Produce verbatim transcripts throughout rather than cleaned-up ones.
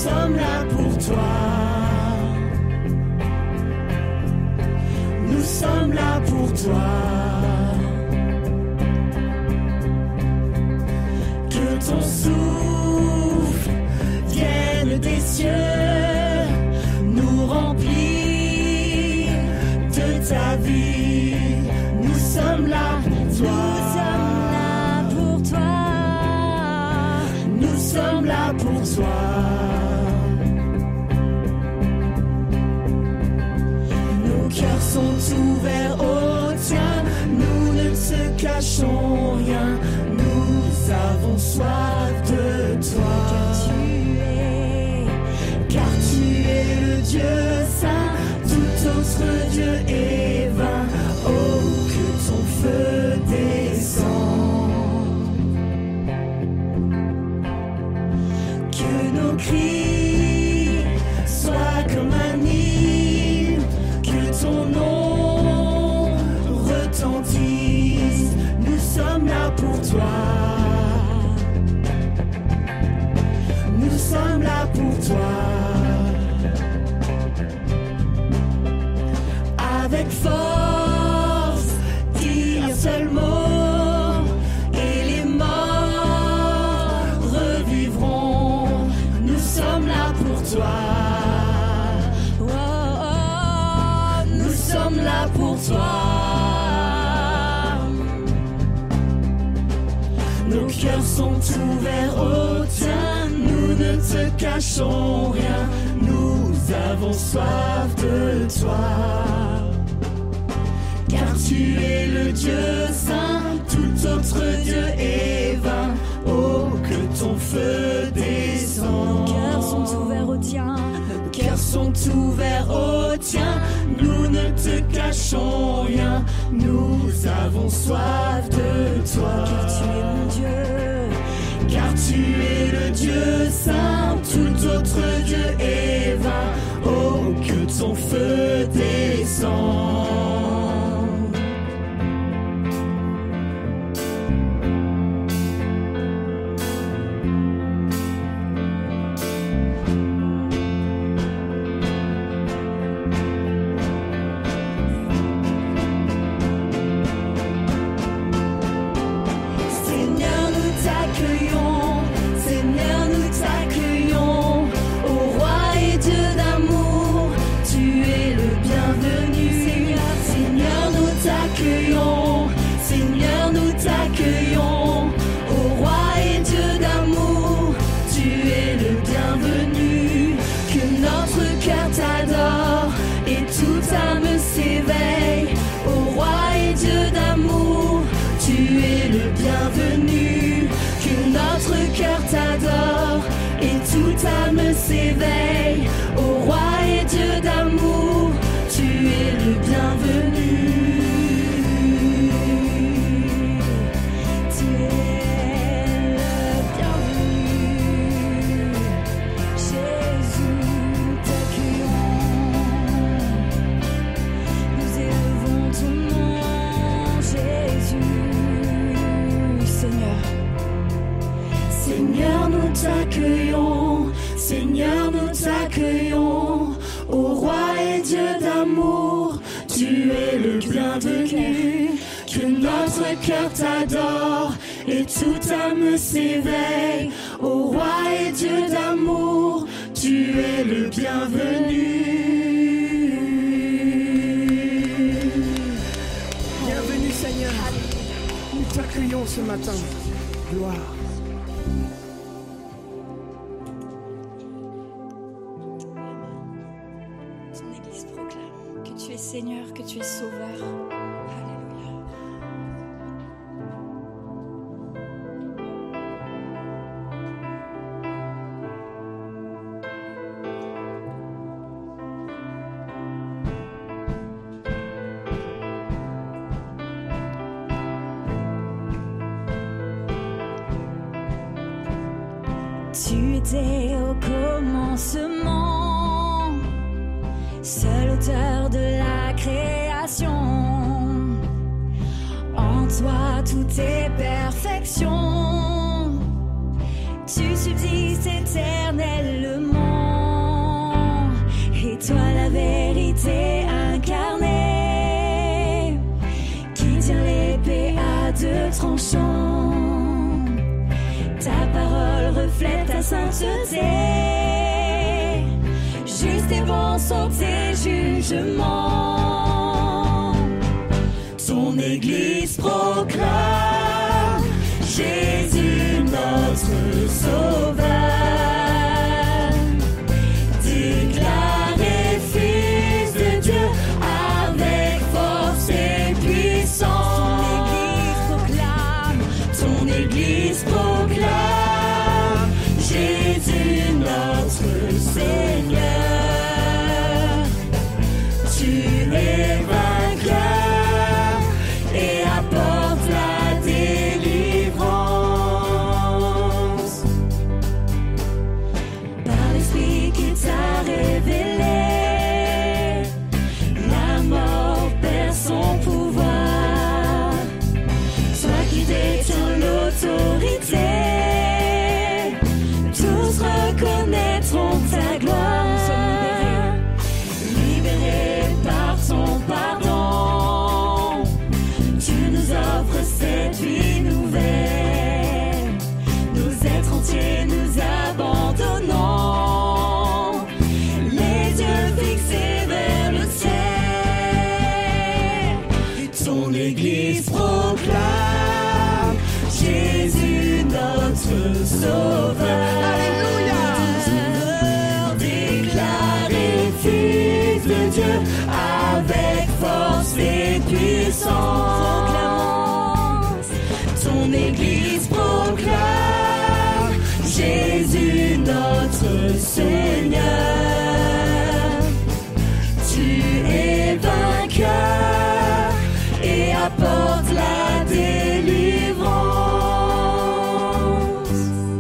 sommes là pour toi. Nous sommes là pour toi. Que ton souffle vienne des cieux, nous remplit de ta vie. Nous sommes là pour toi. Nous sommes là pour toi. Nos cœurs sont ouverts au tien. Nous ne te cachons rien. Nous avons soif de toi. Car tu es, car tu es le Dieu saint. Tout autre Dieu est vain. Oh, que ton feu descend. Que nos cris soient comme un hymne, que ton nom retentisse. Nous sommes là pour toi. Nous sommes là pour toi. Avec force, dis un seul mot et les morts revivront. Nous sommes là pour toi. Oh, oh, oh. Nous sommes là pour toi. Nos cœurs sont ouverts au tien. Nous ne te cachons rien. Nous avons soif de toi. Car tu es le Dieu saint. Tout autre Dieu est vain. Oh, que ton feu descend. Nos cœurs sont ouverts au tien. Nos cœurs sont ouverts au tien. Nous ne te cachons rien. Nous avons soif de toi. Car tu es mon Dieu. Car tu es le Dieu saint. Tout autre Dieu est vain. Oh, que ton feu descend. S'éveille, ô roi et Dieu d'amour, tu es le bienvenu. Tu es le bienvenu. Jésus, t'accueillons. Nous élevons ton nom, Jésus. Seigneur, Seigneur, nous t'accueillons. Seigneur, nous t'accueillons, ô roi et Dieu d'amour, tu es le bienvenu. Que notre cœur t'adore et toute âme s'éveille, ô roi et Dieu d'amour, tu es le bienvenu. Bienvenue Seigneur, nous t'accueillons ce matin. Gloire. Seigneur, que tu es sauveur. Alléluia. Tu étais au commencement, seul auteur de la création. En toi tout est perfection. Tu subsistes éternellement. sainteté. Juste et bon sont tes jugements. Ton Église proclame Jésus notre Sauveur, déclaré Fils de Dieu avec force et puissance. Ton Église proclame Jésus notre Seigneur. Tu es vainqueur et apportes la délivrance. Par l'Esprit qui t'a révélé, la mort perd son pouvoir. Toi qui détiens l'autorité, tous reconnaîtront ta gloire. Libérés par ton pardon, tu nous offres cette vie nouvelle. Nous êtres entiers, nous abandonnons, les yeux fixés vers le ciel. Ton Église proclame Jésus notre Sauveur. Alléluia. Déclaré Fils de Dieu avec force et puissance. Ton Église proclame Jésus notre Seigneur. Tu es vainqueur et apportes la délivrance.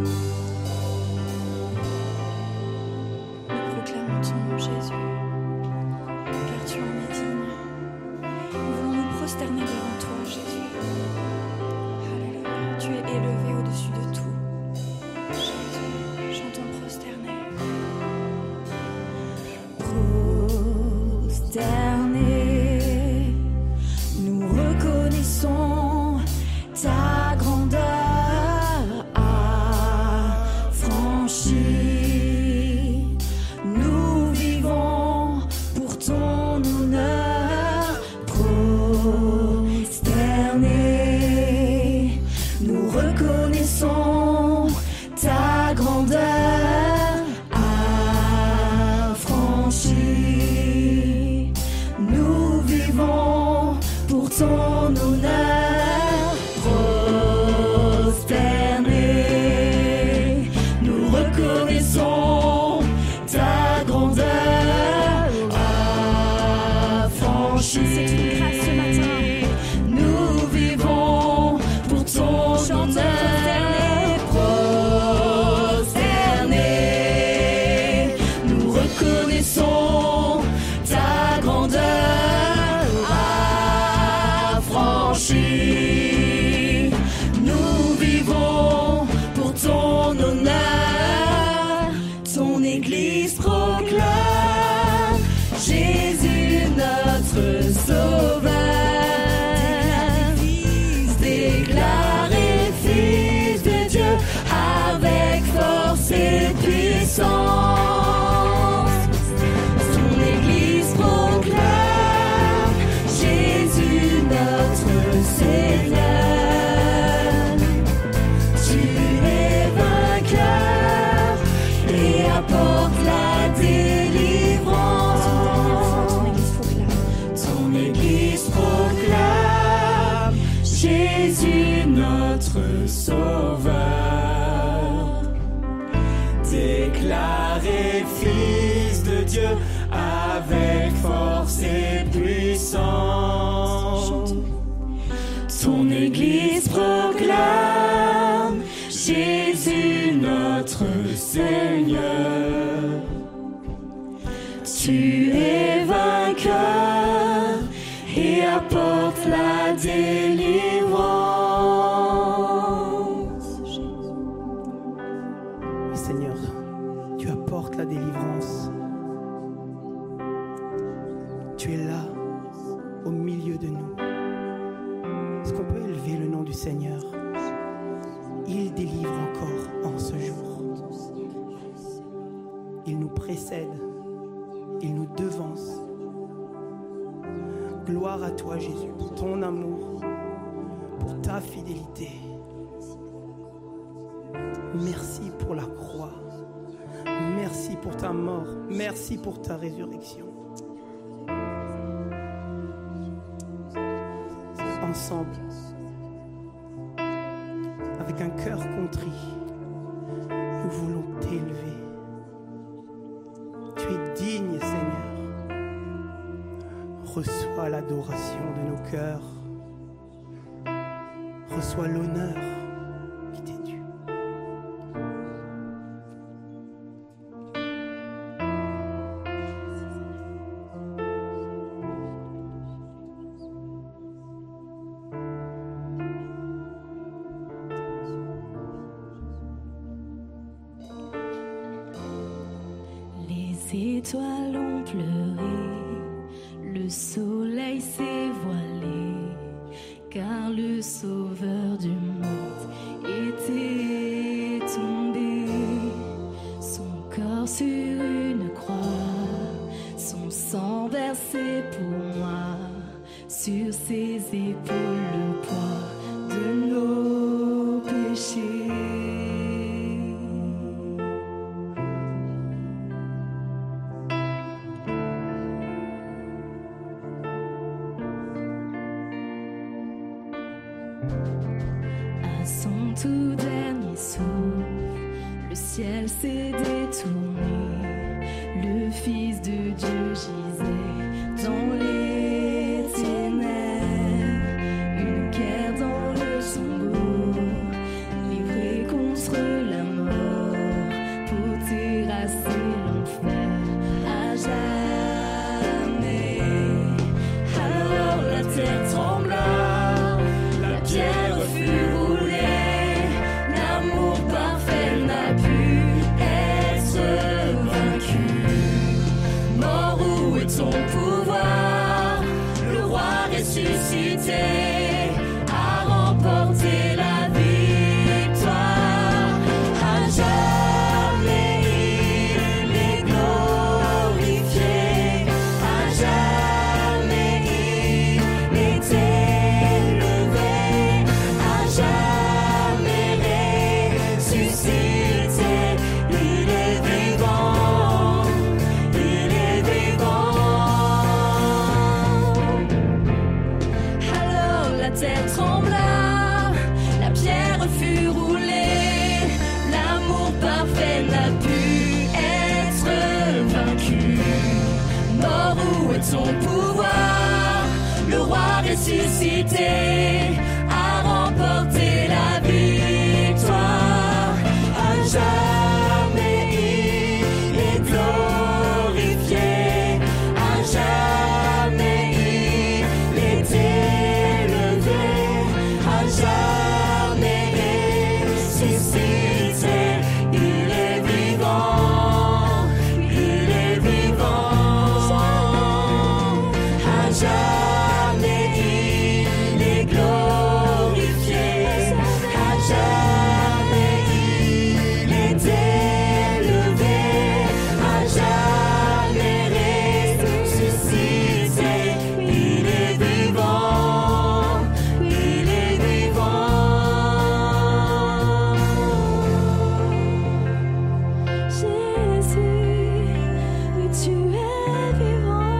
Nous proclamons ton nom, Jésus, car tu en es digne. Nous voulons nous prosterner devant toi, Jésus. Alléluia. Tu es élevé au-dessus de tout. Jésus, chantons prosternés. Prosternés, nous reconnaissons ta grandeur affranchie. Nous vivons pour ton honneur. Prosternés, nous reconnaissons ta grandeur affranchie. Nous vivons pour ton honneur. Prosternés, nous reconnaissons ta grandeur affranchie. C'est une grâce ce matin. Nous vivons pour ton honneur. Prosternés, nous reconnaissons ta grandeur affranchie. Nous vivons pour ton honneur. Ton Église proclame Jésus notre Sauveur, déclaré Fils de Dieu avec force et puissance. Ton Église proclame Jésus notre Seigneur. Tu es vainqueur et apportes la délivrance. Ton Église proclame Jésus notre Sauveur, déclaré Fils de Dieu avec force et puissance. Ton Église proclame Jésus notre Seigneur. Tu es vainqueur et apportes la délivrance. Seigneur, tu apportes la délivrance. Tu es là, au milieu de nous. Est-ce qu'on peut élever le nom du Seigneur? Il délivre encore en ce jour. nous précède, il nous devance. Gloire à toi, Jésus, pour ton amour, pour ta fidélité. Merci pour la croix. Merci pour ta mort. Merci pour ta résurrection. Ensemble, avec un cœur contrit, nous voulons t'élever. Tu es digne, Seigneur. Reçois l'adoration de nos cœurs. Reçois l'honneur qui t'est dû. Les étoiles ont pleuré, le soleil s'est voilé, car le sauveur du monde était tombé. Son corps sur une croix, son sang versé pour moi, sur ses épaules le poids de nos péchés. À son tout dernier souffle, le ciel s'est détourné. Le Fils de Dieu gisait dans les ténèbres, une guerre dans le tombeau, livré contre la mort, pour terrasser l'enfer à jamais. Alors la terre trembla, la pierre fut roulée, l'amour parfait n'a pu être vaincu. Mort, où est ton pouvoir? Le roi ressuscité a remporté la victoire. À jamais il est glorifié, à jamais il est élevé, à jamais ressuscité. Il est vivant, il est vivant. Alors la terre trembla, la pierre fut roulée, l'amour parfait n'a pu être vaincu. Mort, où est ton pouvoir? Le roi ressuscité a remporté la victoire. À jamais il est glorifié, à jamais il est élevé, à jamais ressuscité. Il est vivant, il est vivant. À jamais il est glorifié, à jamais il est élevé, à jamais ressuscité. Il est vivant, il est vivant. Jésus, oui, tu es vivant.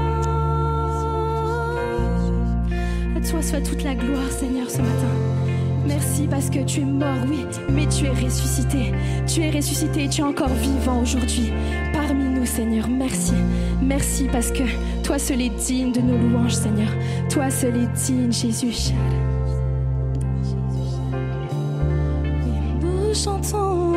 À toi soit toute la gloire, Seigneur, ce matin. Merci parce que tu es mort, oui, mais tu es ressuscité. Tu es ressuscité et tu es encore vivant aujourd'hui parmi nous, Seigneur. Merci. Merci parce que toi seul est digne de nos louanges, Seigneur. Toi seul est digne, Jésus. Oui, nous chantons.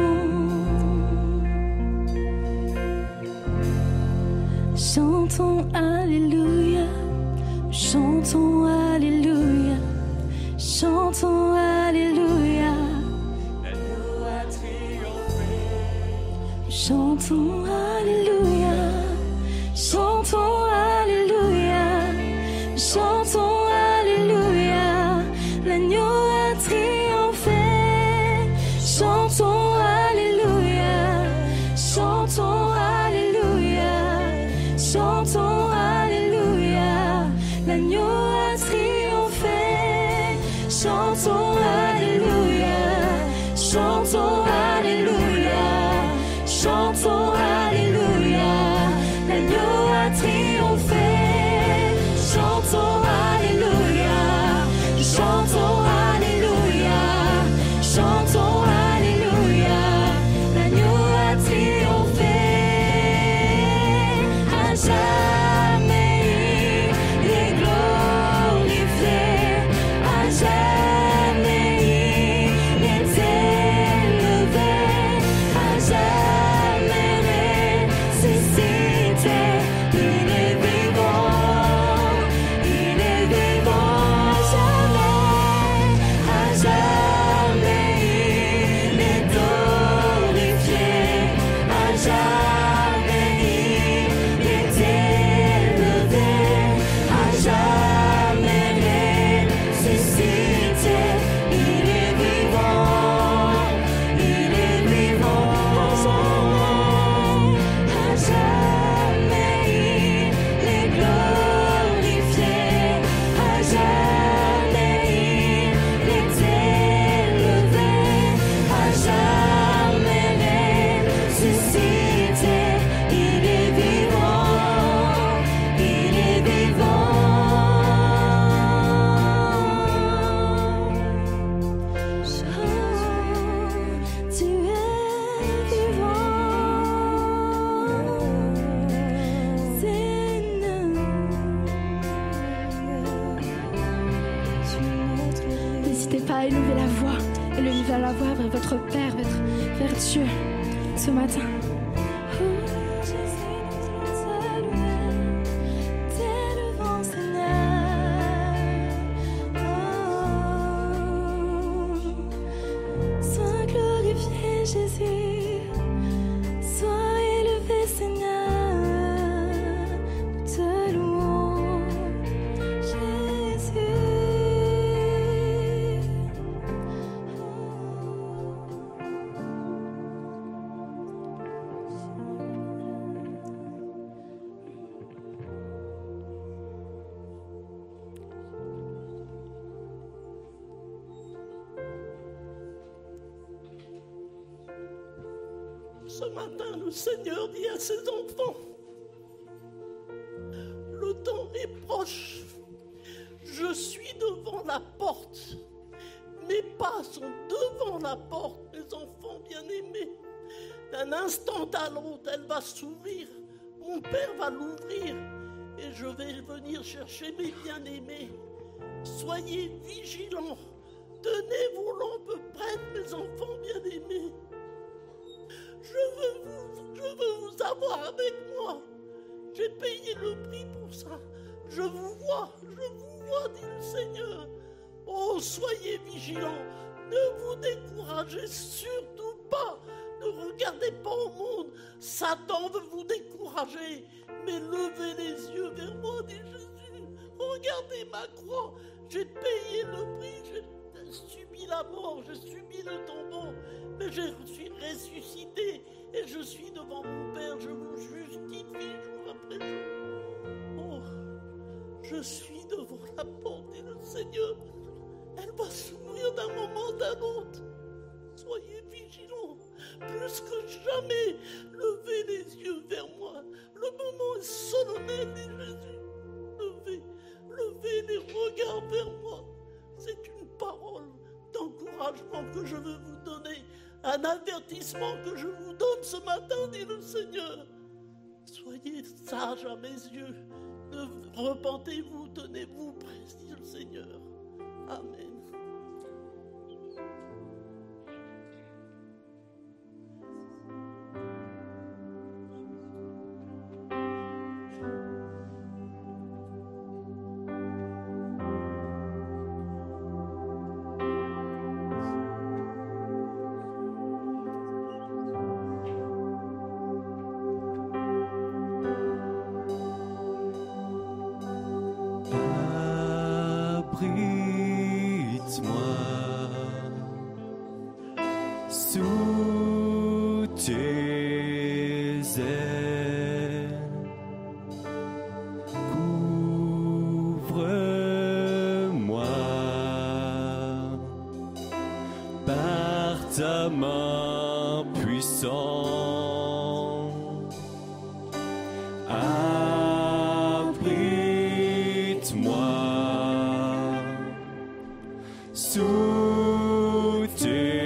Chantons Alléluia. Chantons Alléluia. Chantons Alléluia. L'agneau a triomphé. Chantons Alléluia. Chantons Alléluia. Chantons Alléluia. L'agneau a triomphé. Chantons Alléluia. Chantons Alléluia. à élever la voix, élever la voix vers votre Père, vers, vers Dieu ce matin. Jésus, sois élevé Seigneur, nous te louons, Jésus. Ce matin, le Seigneur dit à ses enfants, le temps est proche, je suis devant la porte, mes pas sont devant la porte, mes enfants bien-aimés. D'un instant à l'autre, elle va s'ouvrir, mon Père va l'ouvrir, et je vais venir chercher mes bien-aimés. Soyez vigilants, tenez vos lampes prêtes, mes enfants bien-aimés. Je veux, vous, je veux vous avoir avec moi. J'ai payé le prix pour ça. Je vous vois, je vous vois, dit le Seigneur. Oh, soyez vigilants. Ne vous découragez surtout pas. Ne regardez pas au monde. Satan veut vous décourager. Mais levez les yeux vers moi, dit Jésus. Regardez ma croix. J'ai payé le prix. J'ai subi la mort. J'ai subi le tombeau. Mais je suis ressuscité et je suis devant mon Père, je vous justifie jour après jour. Oh, je suis devant la porte et le Seigneur, elle va s'ouvrir d'un moment à l'autre. Soyez vigilants, plus que jamais, levez les yeux vers moi. Le moment est solennel, dit Jésus. Levez, levez les regards vers moi. C'est une parole d'encouragement que je veux vous donner. Un avertissement que je vous donne ce matin, dit le Seigneur. Soyez sages à mes yeux. Ne repentez-vous, tenez-vous prêts, dit le Seigneur. Amen. Sous tes ailes, couvre-moi par ta main puissante. Abrite-moi sous tes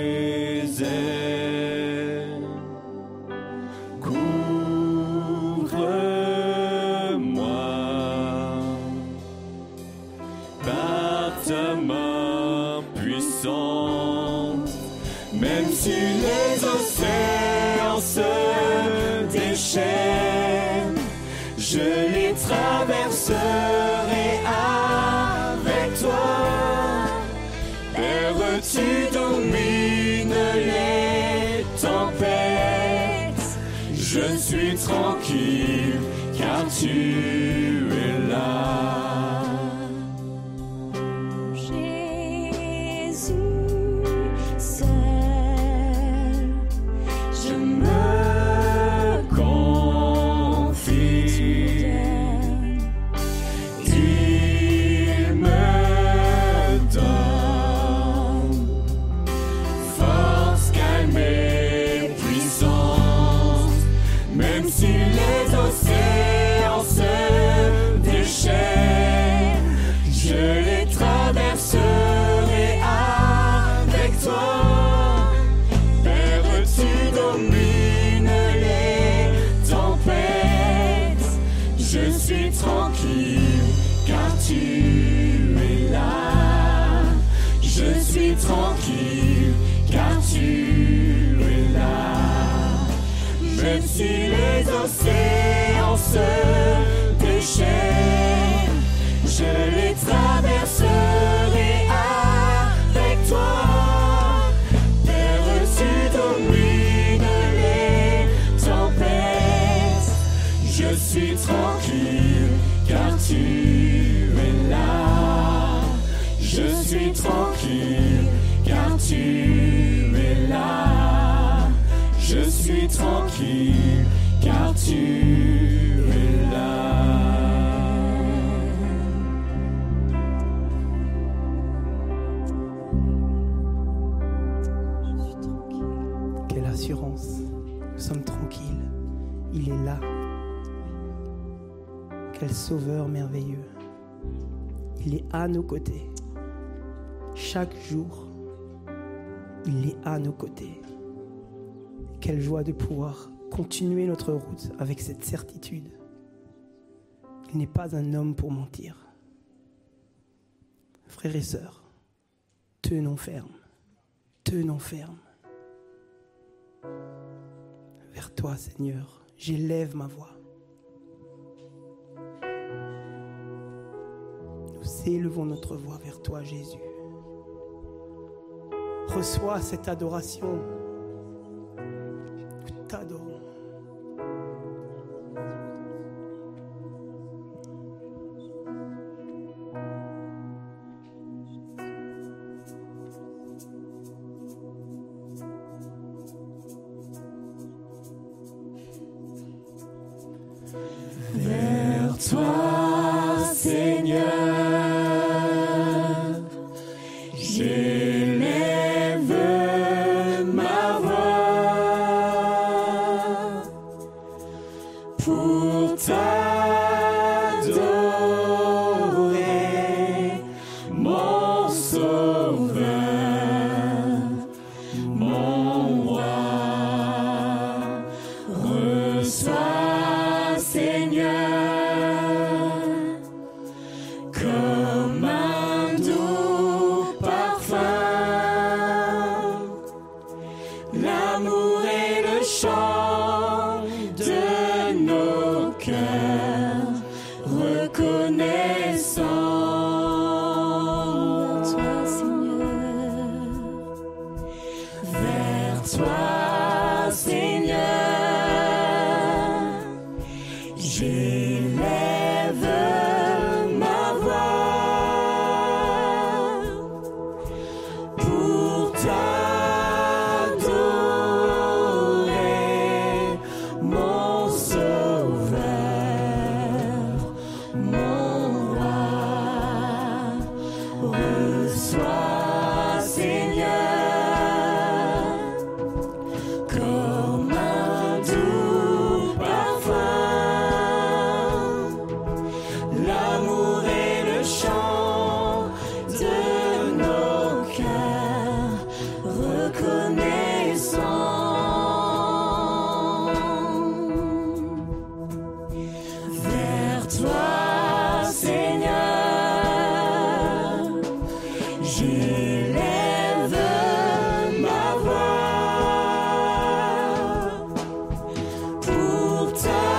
même si les océans se déchaînent, je les traverserai avec toi. Père, tu domines les tempêtes, je suis tranquille car tu es là. Tranquille, car tu es là. Je déchaîne, je les traverserai avec toi. Terre, tu domines les tempêtes. Je suis tranquille car tu es là. Je suis tranquille car tu es là. Je suis tranquille car tu es là. Quelle assurance, nous sommes tranquilles, il est là. Quel sauveur merveilleux, il est à nos côtés. Chaque jour, il est à nos côtés. Quelle joie de pouvoir continuer notre route avec cette certitude. Il n'est pas un homme pour mentir. Frères et sœurs, tenons ferme, tenons ferme. Vers toi, Seigneur, j'élève ma voix. Nous élevons notre voix vers toi, Jésus. Reçois cette adoration. Nous t'adorons. Vers toi, Seigneur, j'élève ma voix pour t'adorer, mon Sauveur, mon roi. Reçois, Seigneur, comme un doux parfum, l'amour et le chant de nos cœurs reconnaissants. Toi, Seigneur, Vers toi, Seigneur, j'élève ma voix pour t'adorer, mon Sauveur, mon roi. Reçois, Seigneur, comme un doux parfum, l'amour et le chant de nos cœurs reconnaissants. Vers toi, Seigneur, j'élève ma voix pour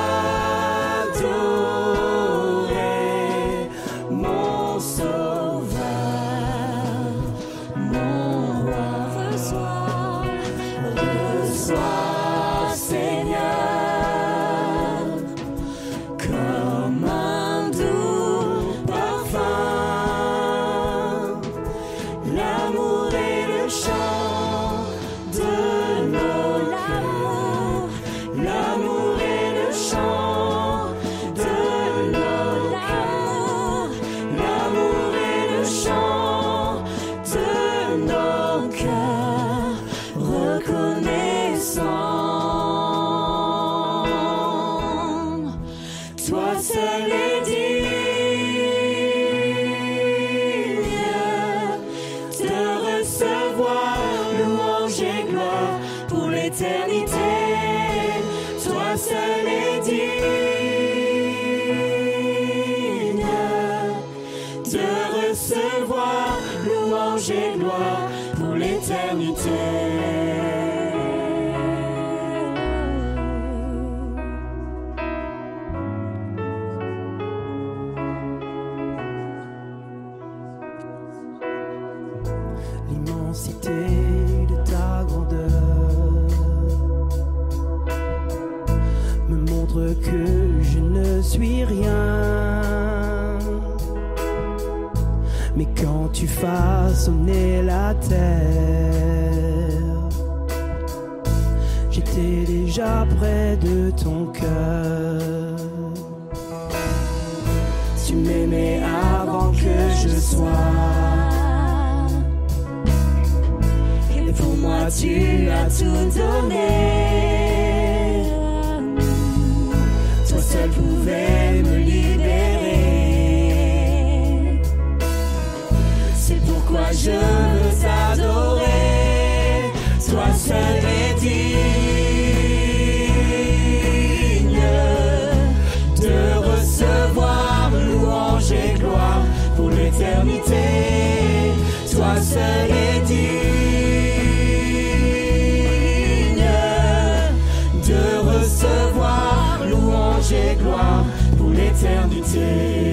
t'adorer, mon Sauveur, mon roi. Reçois, reçois, Seigneur, comme un doux parfum, l'amour et le chant de nos cœurs, l'amour et le chant de nos cœurs, l'amour et le chant de nos cœurs reconnaissants. Toi seul est digne de recevoir louange et gloire pour l'éternité. Toi seul est digne de recevoir louange et gloire pour l'éternité. je ne suis rien. Mais quand tu façonnais la terre, j'étais déjà près de ton cœur. Tu m'aimais avant que je sois, et pour moi tu as tout donné. Toi seul pouvais me libérer. C'est pourquoi je veux t'adorer. Toi seul est digne de recevoir louange et gloire pour l'éternité. Toi seul est digne de recevoir louange et gloire pour l'éternité.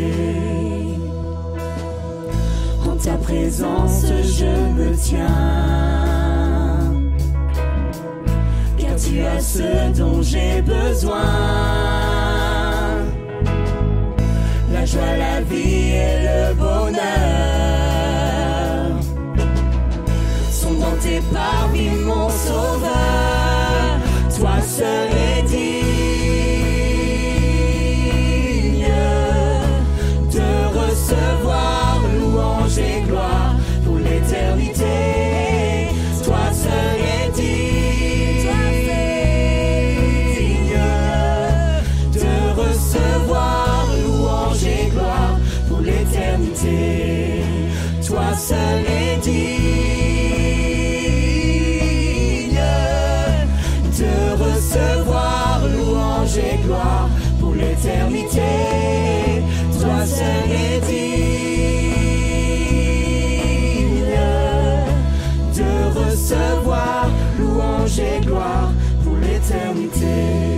En ta présence je me tiens, car tu as ce dont j'ai besoin. La joie, la vie et le bonheur sont dans tes parvis, mon sauveur. Toi seul est digne de recevoir louange et gloire pour l'éternité. Toi seul est digne de recevoir louange et gloire pour l'éternité. Toi seul est digne de recevoir louange et gloire pour l'éternité. Toi seul est digne de recevoir louange et gloire pour l'éternité.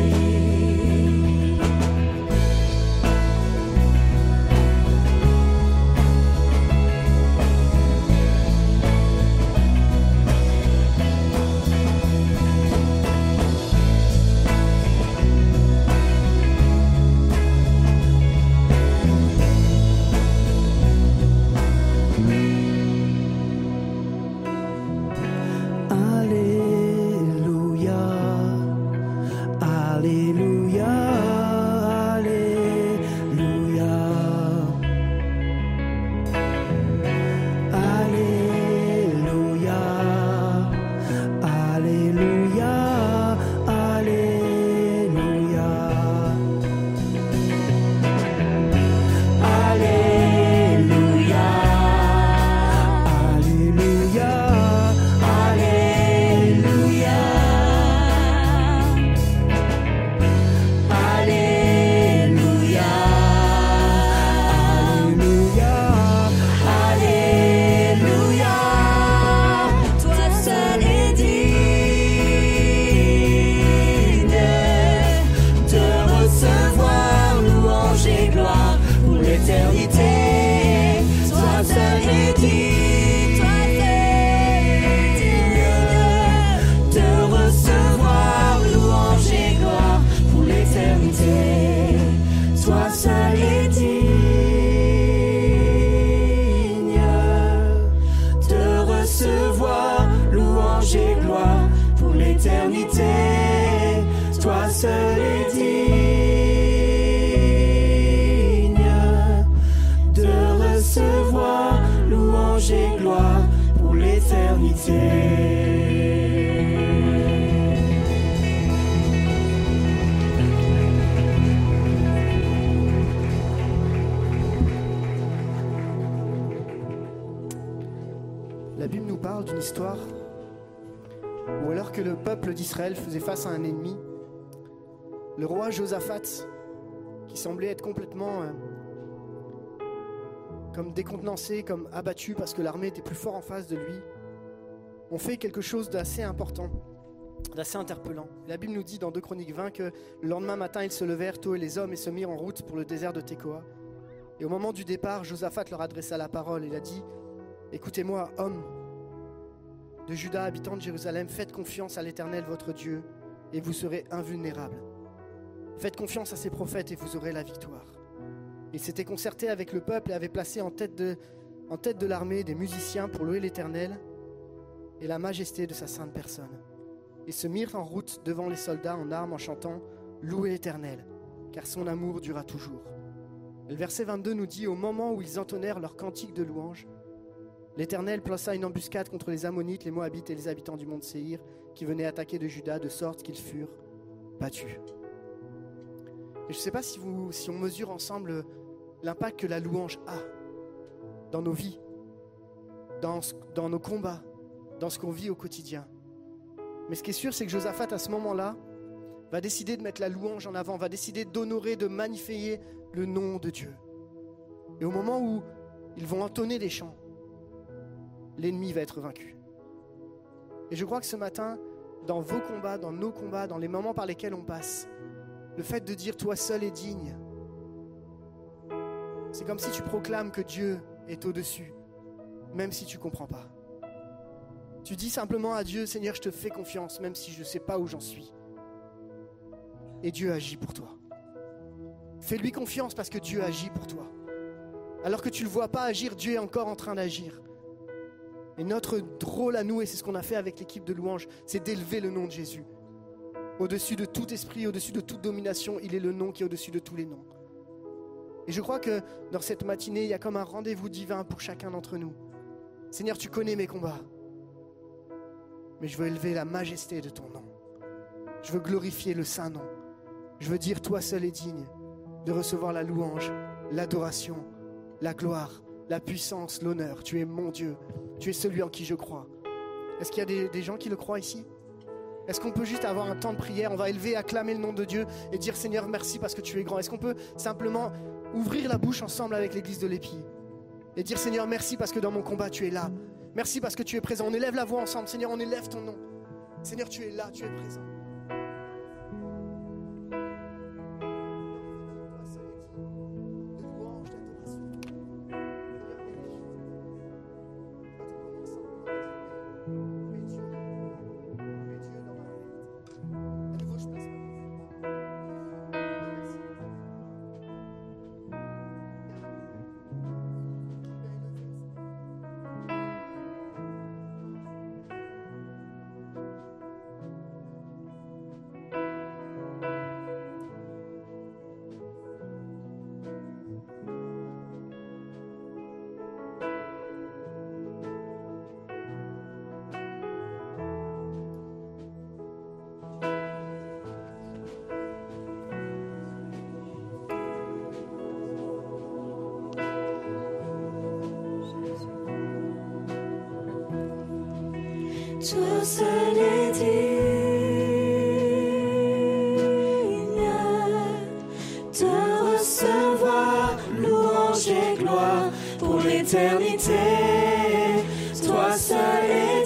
La Bible nous parle d'une histoire où, alors que le peuple d'Israël faisait face à un ennemi, le roi Josaphat, qui semblait être complètement euh, comme décontenancé, comme abattu parce que l'armée était plus forte en face de lui, ont fait quelque chose d'assez important, d'assez interpellant. La Bible nous dit dans deux Chroniques vingt que le lendemain matin, ils se levèrent tôt et les hommes et se mirent en route pour le désert de Tekoa. Et au moment du départ, Josaphat leur adressa la parole. Il a dit: « Écoutez-moi, hommes de Juda, habitants de Jérusalem, faites confiance à l'Éternel votre Dieu et vous serez invulnérables. Faites confiance à ces prophètes et vous aurez la victoire. Il s'était concerté avec le peuple et avait placé en tête de, en tête de l'armée des musiciens pour louer l'Éternel et la majesté de sa sainte personne. Ils se mirent en route devant les soldats en armes en chantant « Louez l'Éternel, car son amour durera toujours ». Le verset vingt-deux nous dit « Au moment où ils entonnèrent leur cantique de louange, l'Éternel plaça une embuscade contre les Ammonites, les Moabites et les habitants du mont Séhir qui venaient attaquer de Juda, de sorte qu'ils furent battus. » Et je ne sais pas si, vous, si on mesure ensemble l'impact que la louange a dans nos vies, dans, dans nos combats, dans ce qu'on vit au quotidien. Mais ce qui est sûr, c'est que Josaphat, à ce moment-là, va décider de mettre la louange en avant, va décider d'honorer, de magnifier le nom de Dieu. Et au moment où ils vont entonner des chants, l'ennemi va être vaincu. Et je crois que ce matin, dans vos combats, dans nos combats, dans les moments par lesquels on passe, le fait de dire « toi seul est digne », c'est comme si tu proclames que Dieu est au-dessus, même si tu ne comprends pas. Tu dis simplement à Dieu « Seigneur, je te fais confiance, même si je ne sais pas où j'en suis. » Et Dieu agit pour toi. Fais-lui confiance parce que Dieu agit pour toi. Alors que tu ne le vois pas agir, Dieu est encore en train d'agir. Et notre rôle à nous, et c'est ce qu'on a fait avec l'équipe de louange, c'est d'élever le nom de Jésus. Au-dessus de tout esprit, au-dessus de toute domination, il est le nom qui est au-dessus de tous les noms. Et je crois que dans cette matinée, il y a comme un rendez-vous divin pour chacun d'entre nous. Seigneur, tu connais mes combats, mais je veux élever la majesté de ton nom. Je veux glorifier le saint nom. Je veux dire, toi seul es digne de recevoir la louange, l'adoration, la gloire, la puissance, l'honneur. Tu es mon Dieu. Tu es celui en qui je crois. Est-ce qu'il y a des, des gens qui le croient ici ? Est-ce qu'on peut juste avoir un temps de prière ? On va élever, acclamer le nom de Dieu et dire Seigneur, merci parce que tu es grand. Est-ce qu'on peut simplement ouvrir la bouche ensemble avec l'église de l'Épi et dire Seigneur, merci parce que dans mon combat tu es là. Merci parce que tu es présent. On élève la voix ensemble. Seigneur, on élève ton nom. Seigneur, tu es là, tu es présent. Toi seul est digne de recevoir louange et gloire pour l'éternité. Toi seul est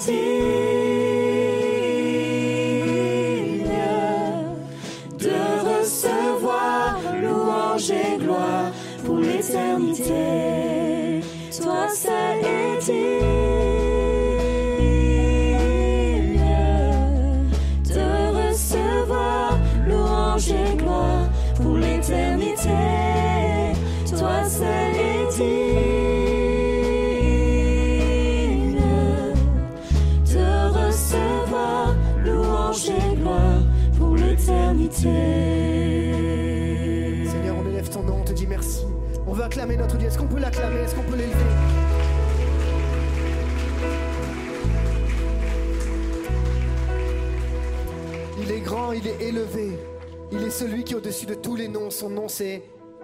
digne de recevoir louange et gloire pour l'éternité. Toi seul est digne et gloire pour l'éternité. Toi seul est digne de recevoir louange et gloire pour l'éternité. Seigneur, on élève ton nom, on te dit merci. On veut acclamer notre Dieu. Est-ce qu'on peut l'acclamer? Est-ce qu'on peut l'élever? Il est grand, il est élevé. Il est celui qui est au-dessus de tous les noms. Son nom c'est...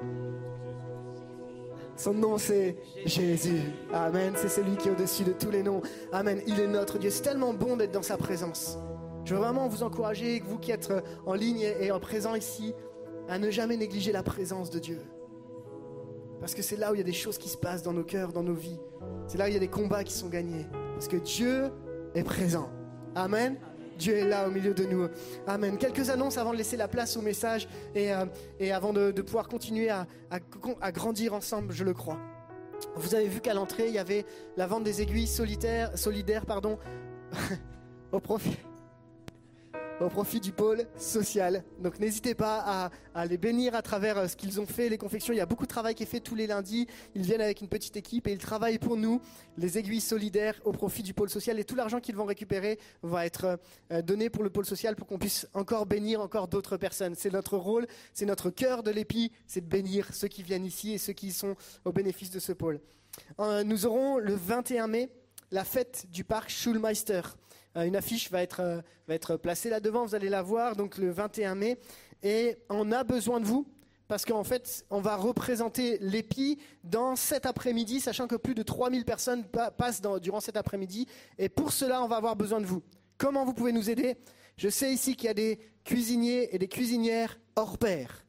Son nom c'est Jésus. Amen. C'est celui qui est au-dessus de tous les noms. Amen. Il est notre Dieu. C'est tellement bon d'être dans sa présence. Je veux vraiment vous encourager, vous qui êtes en ligne et en présent ici, à ne jamais négliger la présence de Dieu. Parce que c'est là où il y a des choses qui se passent dans nos cœurs, dans nos vies. C'est là où il y a des combats qui sont gagnés. Parce que Dieu est présent. Amen. Dieu est là au milieu de nous. Amen. Quelques annonces avant de laisser la place au message et, euh, et avant de, de pouvoir continuer à, à, à grandir ensemble, je le crois. Vous avez vu qu'à l'entrée, il y avait la vente des aiguilles solitaires, solidaires pardon, au profit, au profit du pôle social. Donc n'hésitez pas à, à les bénir à travers ce qu'ils ont fait, les confections. Il y a beaucoup de travail qui est fait tous les lundis. Ils viennent avec une petite équipe et ils travaillent pour nous, les aiguilles solidaires au profit du pôle social. Et tout l'argent qu'ils vont récupérer va être donné pour le pôle social pour qu'on puisse encore bénir encore d'autres personnes. C'est notre rôle, c'est notre cœur de l'épi, c'est de bénir ceux qui viennent ici et ceux qui sont au bénéfice de ce pôle. Euh, nous aurons le vingt et un mai la fête du parc Schulmeister. Euh, une affiche va être, euh, va être placée là devant, vous allez la voir, donc le vingt et un mai. Et on a besoin de vous, parce qu'en fait, on va représenter l'épi dans cet après-midi, sachant que plus de trois mille personnes pa- passent dans, durant cet après-midi. Et pour cela, on va avoir besoin de vous. Comment vous pouvez nous aider ? Je sais ici qu'il y a des cuisiniers et des cuisinières hors pair.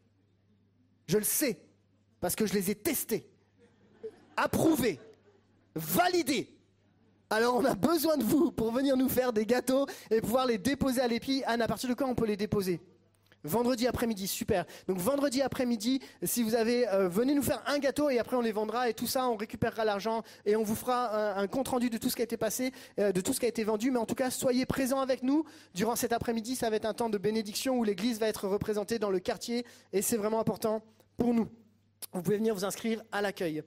Je le sais, parce que je les ai testés, approuvés, validés. Alors on a besoin de vous pour venir nous faire des gâteaux et pouvoir les déposer à l'épi. Anne, à partir de quand on peut les déposer ? Vendredi après-midi, super. Donc vendredi après-midi, si vous avez, euh, venez nous faire un gâteau et après on les vendra et tout ça, on récupérera l'argent et on vous fera un, un compte rendu de tout ce qui a été passé, euh, de tout ce qui a été vendu. Mais en tout cas, soyez présents avec nous durant cet après-midi. Ça va être un temps de bénédiction où l'église va être représentée dans le quartier et c'est vraiment important pour nous. Vous pouvez venir vous inscrire à l'accueil.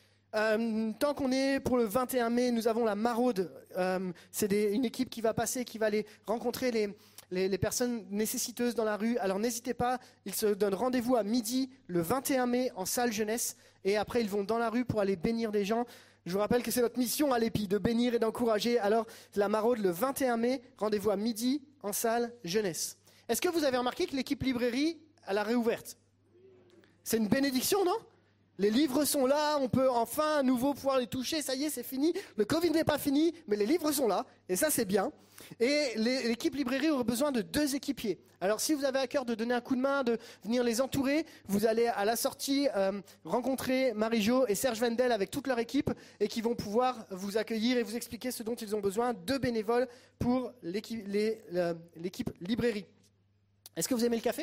Euh, tant qu'on est pour le vingt et un mai, nous avons la maraude. Euh, c'est des, une équipe qui va passer, qui va aller rencontrer les, les, les personnes nécessiteuses dans la rue. Alors n'hésitez pas, ils se donnent rendez-vous à midi le vingt et un mai en salle jeunesse. Et après, ils vont dans la rue pour aller bénir des gens. Je vous rappelle que c'est notre mission à l'épi, de bénir et d'encourager. Alors la maraude le vingt et un mai, rendez-vous à midi en salle jeunesse. Est-ce que vous avez remarqué que l'équipe librairie, elle a réouverte ? C'est une bénédiction, non ? Les livres sont là, on peut enfin à nouveau pouvoir les toucher, ça y est, c'est fini. Le Covid n'est pas fini, mais les livres sont là, et ça c'est bien. Et les, l'équipe librairie aurait besoin de deux équipiers. Alors si vous avez à cœur de donner un coup de main, de venir les entourer, vous allez à la sortie euh, rencontrer Marie-Jo et Serge Wendel avec toute leur équipe, et qui vont pouvoir vous accueillir et vous expliquer ce dont ils ont besoin, deux bénévoles pour l'équipe, les, euh, l'équipe librairie. Est-ce que vous aimez le café ?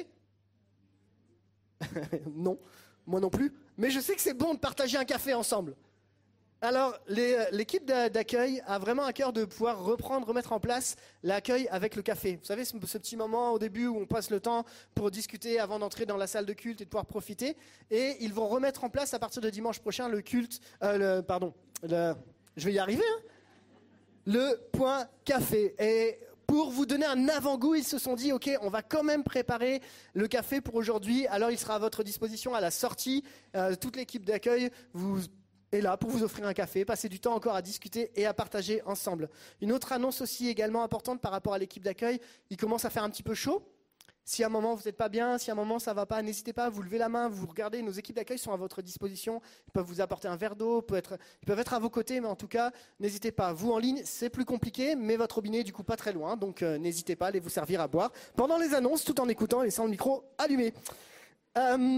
Non, moi non plus. Mais je sais que c'est bon de partager un café ensemble. Alors, les, l'équipe d'accueil a vraiment à cœur de pouvoir reprendre, remettre en place l'accueil avec le café. Vous savez, ce, ce petit moment au début où on passe le temps pour discuter avant d'entrer dans la salle de culte et de pouvoir profiter. Et ils vont remettre en place à partir de dimanche prochain le culte, euh, le, pardon, le, je vais y arriver, hein, le point café. Et pour vous donner un avant-goût, ils se sont dit, ok, on va quand même préparer le café pour aujourd'hui. Alors, il sera à votre disposition à la sortie. Euh, toute l'équipe d'accueil vous est là pour vous offrir un café, passer du temps encore à discuter et à partager ensemble. Une autre annonce aussi également importante par rapport à l'équipe d'accueil, il commence à faire un petit peu chaud. Si à un moment vous n'êtes pas bien, si à un moment ça ne va pas, n'hésitez pas, vous levez la main, vous regardez, nos équipes d'accueil sont à votre disposition, ils peuvent vous apporter un verre d'eau, peut être, ils peuvent être à vos côtés, mais en tout cas, n'hésitez pas. Vous en ligne, c'est plus compliqué, mais votre robinet est du coup pas très loin, donc euh, n'hésitez pas à aller vous servir à boire pendant les annonces, tout en écoutant et laissant le micro allumé. Euh...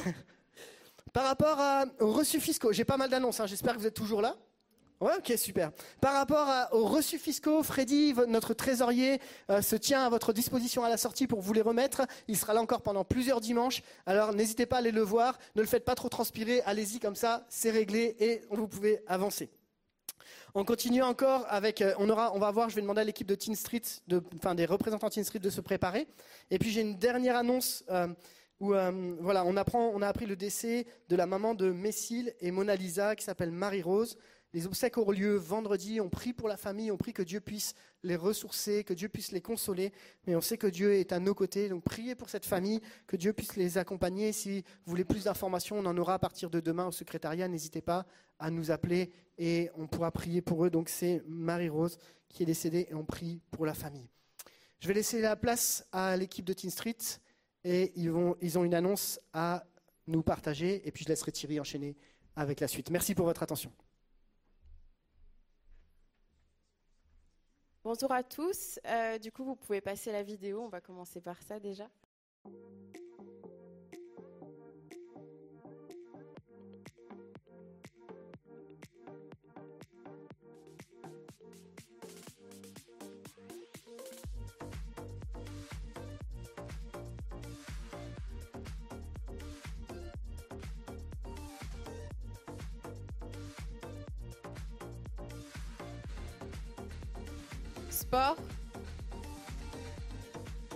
Par rapport à, aux reçus fiscaux, j'ai pas mal d'annonces, hein, j'espère que vous êtes toujours là. Ouais, ok, super. Par rapport à, aux reçus fiscaux, Freddy, notre trésorier, euh, se tient à votre disposition à la sortie pour vous les remettre. Il sera là encore pendant plusieurs dimanches. Alors n'hésitez pas à aller le voir. Ne le faites pas trop transpirer. Allez-y comme ça, c'est réglé et vous pouvez avancer. On continue encore avec, euh, on aura, on va voir. Je vais demander à l'équipe de Teen Street, de, enfin des représentants Teen Street de se préparer. Et puis j'ai une dernière annonce. Euh, Où euh, voilà, on apprend, on a appris le décès de la maman de Messil et Mona Lisa qui s'appelle Marie-Rose. Les obsèques auront lieu vendredi. On prie pour la famille, on prie que Dieu puisse les ressourcer, que Dieu puisse les consoler. Mais on sait que Dieu est à nos côtés. Donc priez pour cette famille, que Dieu puisse les accompagner. Si vous voulez plus d'informations, on en aura à partir de demain au secrétariat. N'hésitez pas à nous appeler et on pourra prier pour eux. Donc c'est Marie-Rose qui est décédée et on prie pour la famille. Je vais laisser la place à l'équipe de Teen Street. Et ils, vont, ils ont une annonce à nous partager. Et puis je laisserai Thierry enchaîner avec la suite. Merci pour votre attention. Bonjour à tous. Euh, du coup, vous pouvez passer la vidéo. On va commencer par ça déjà. Sport.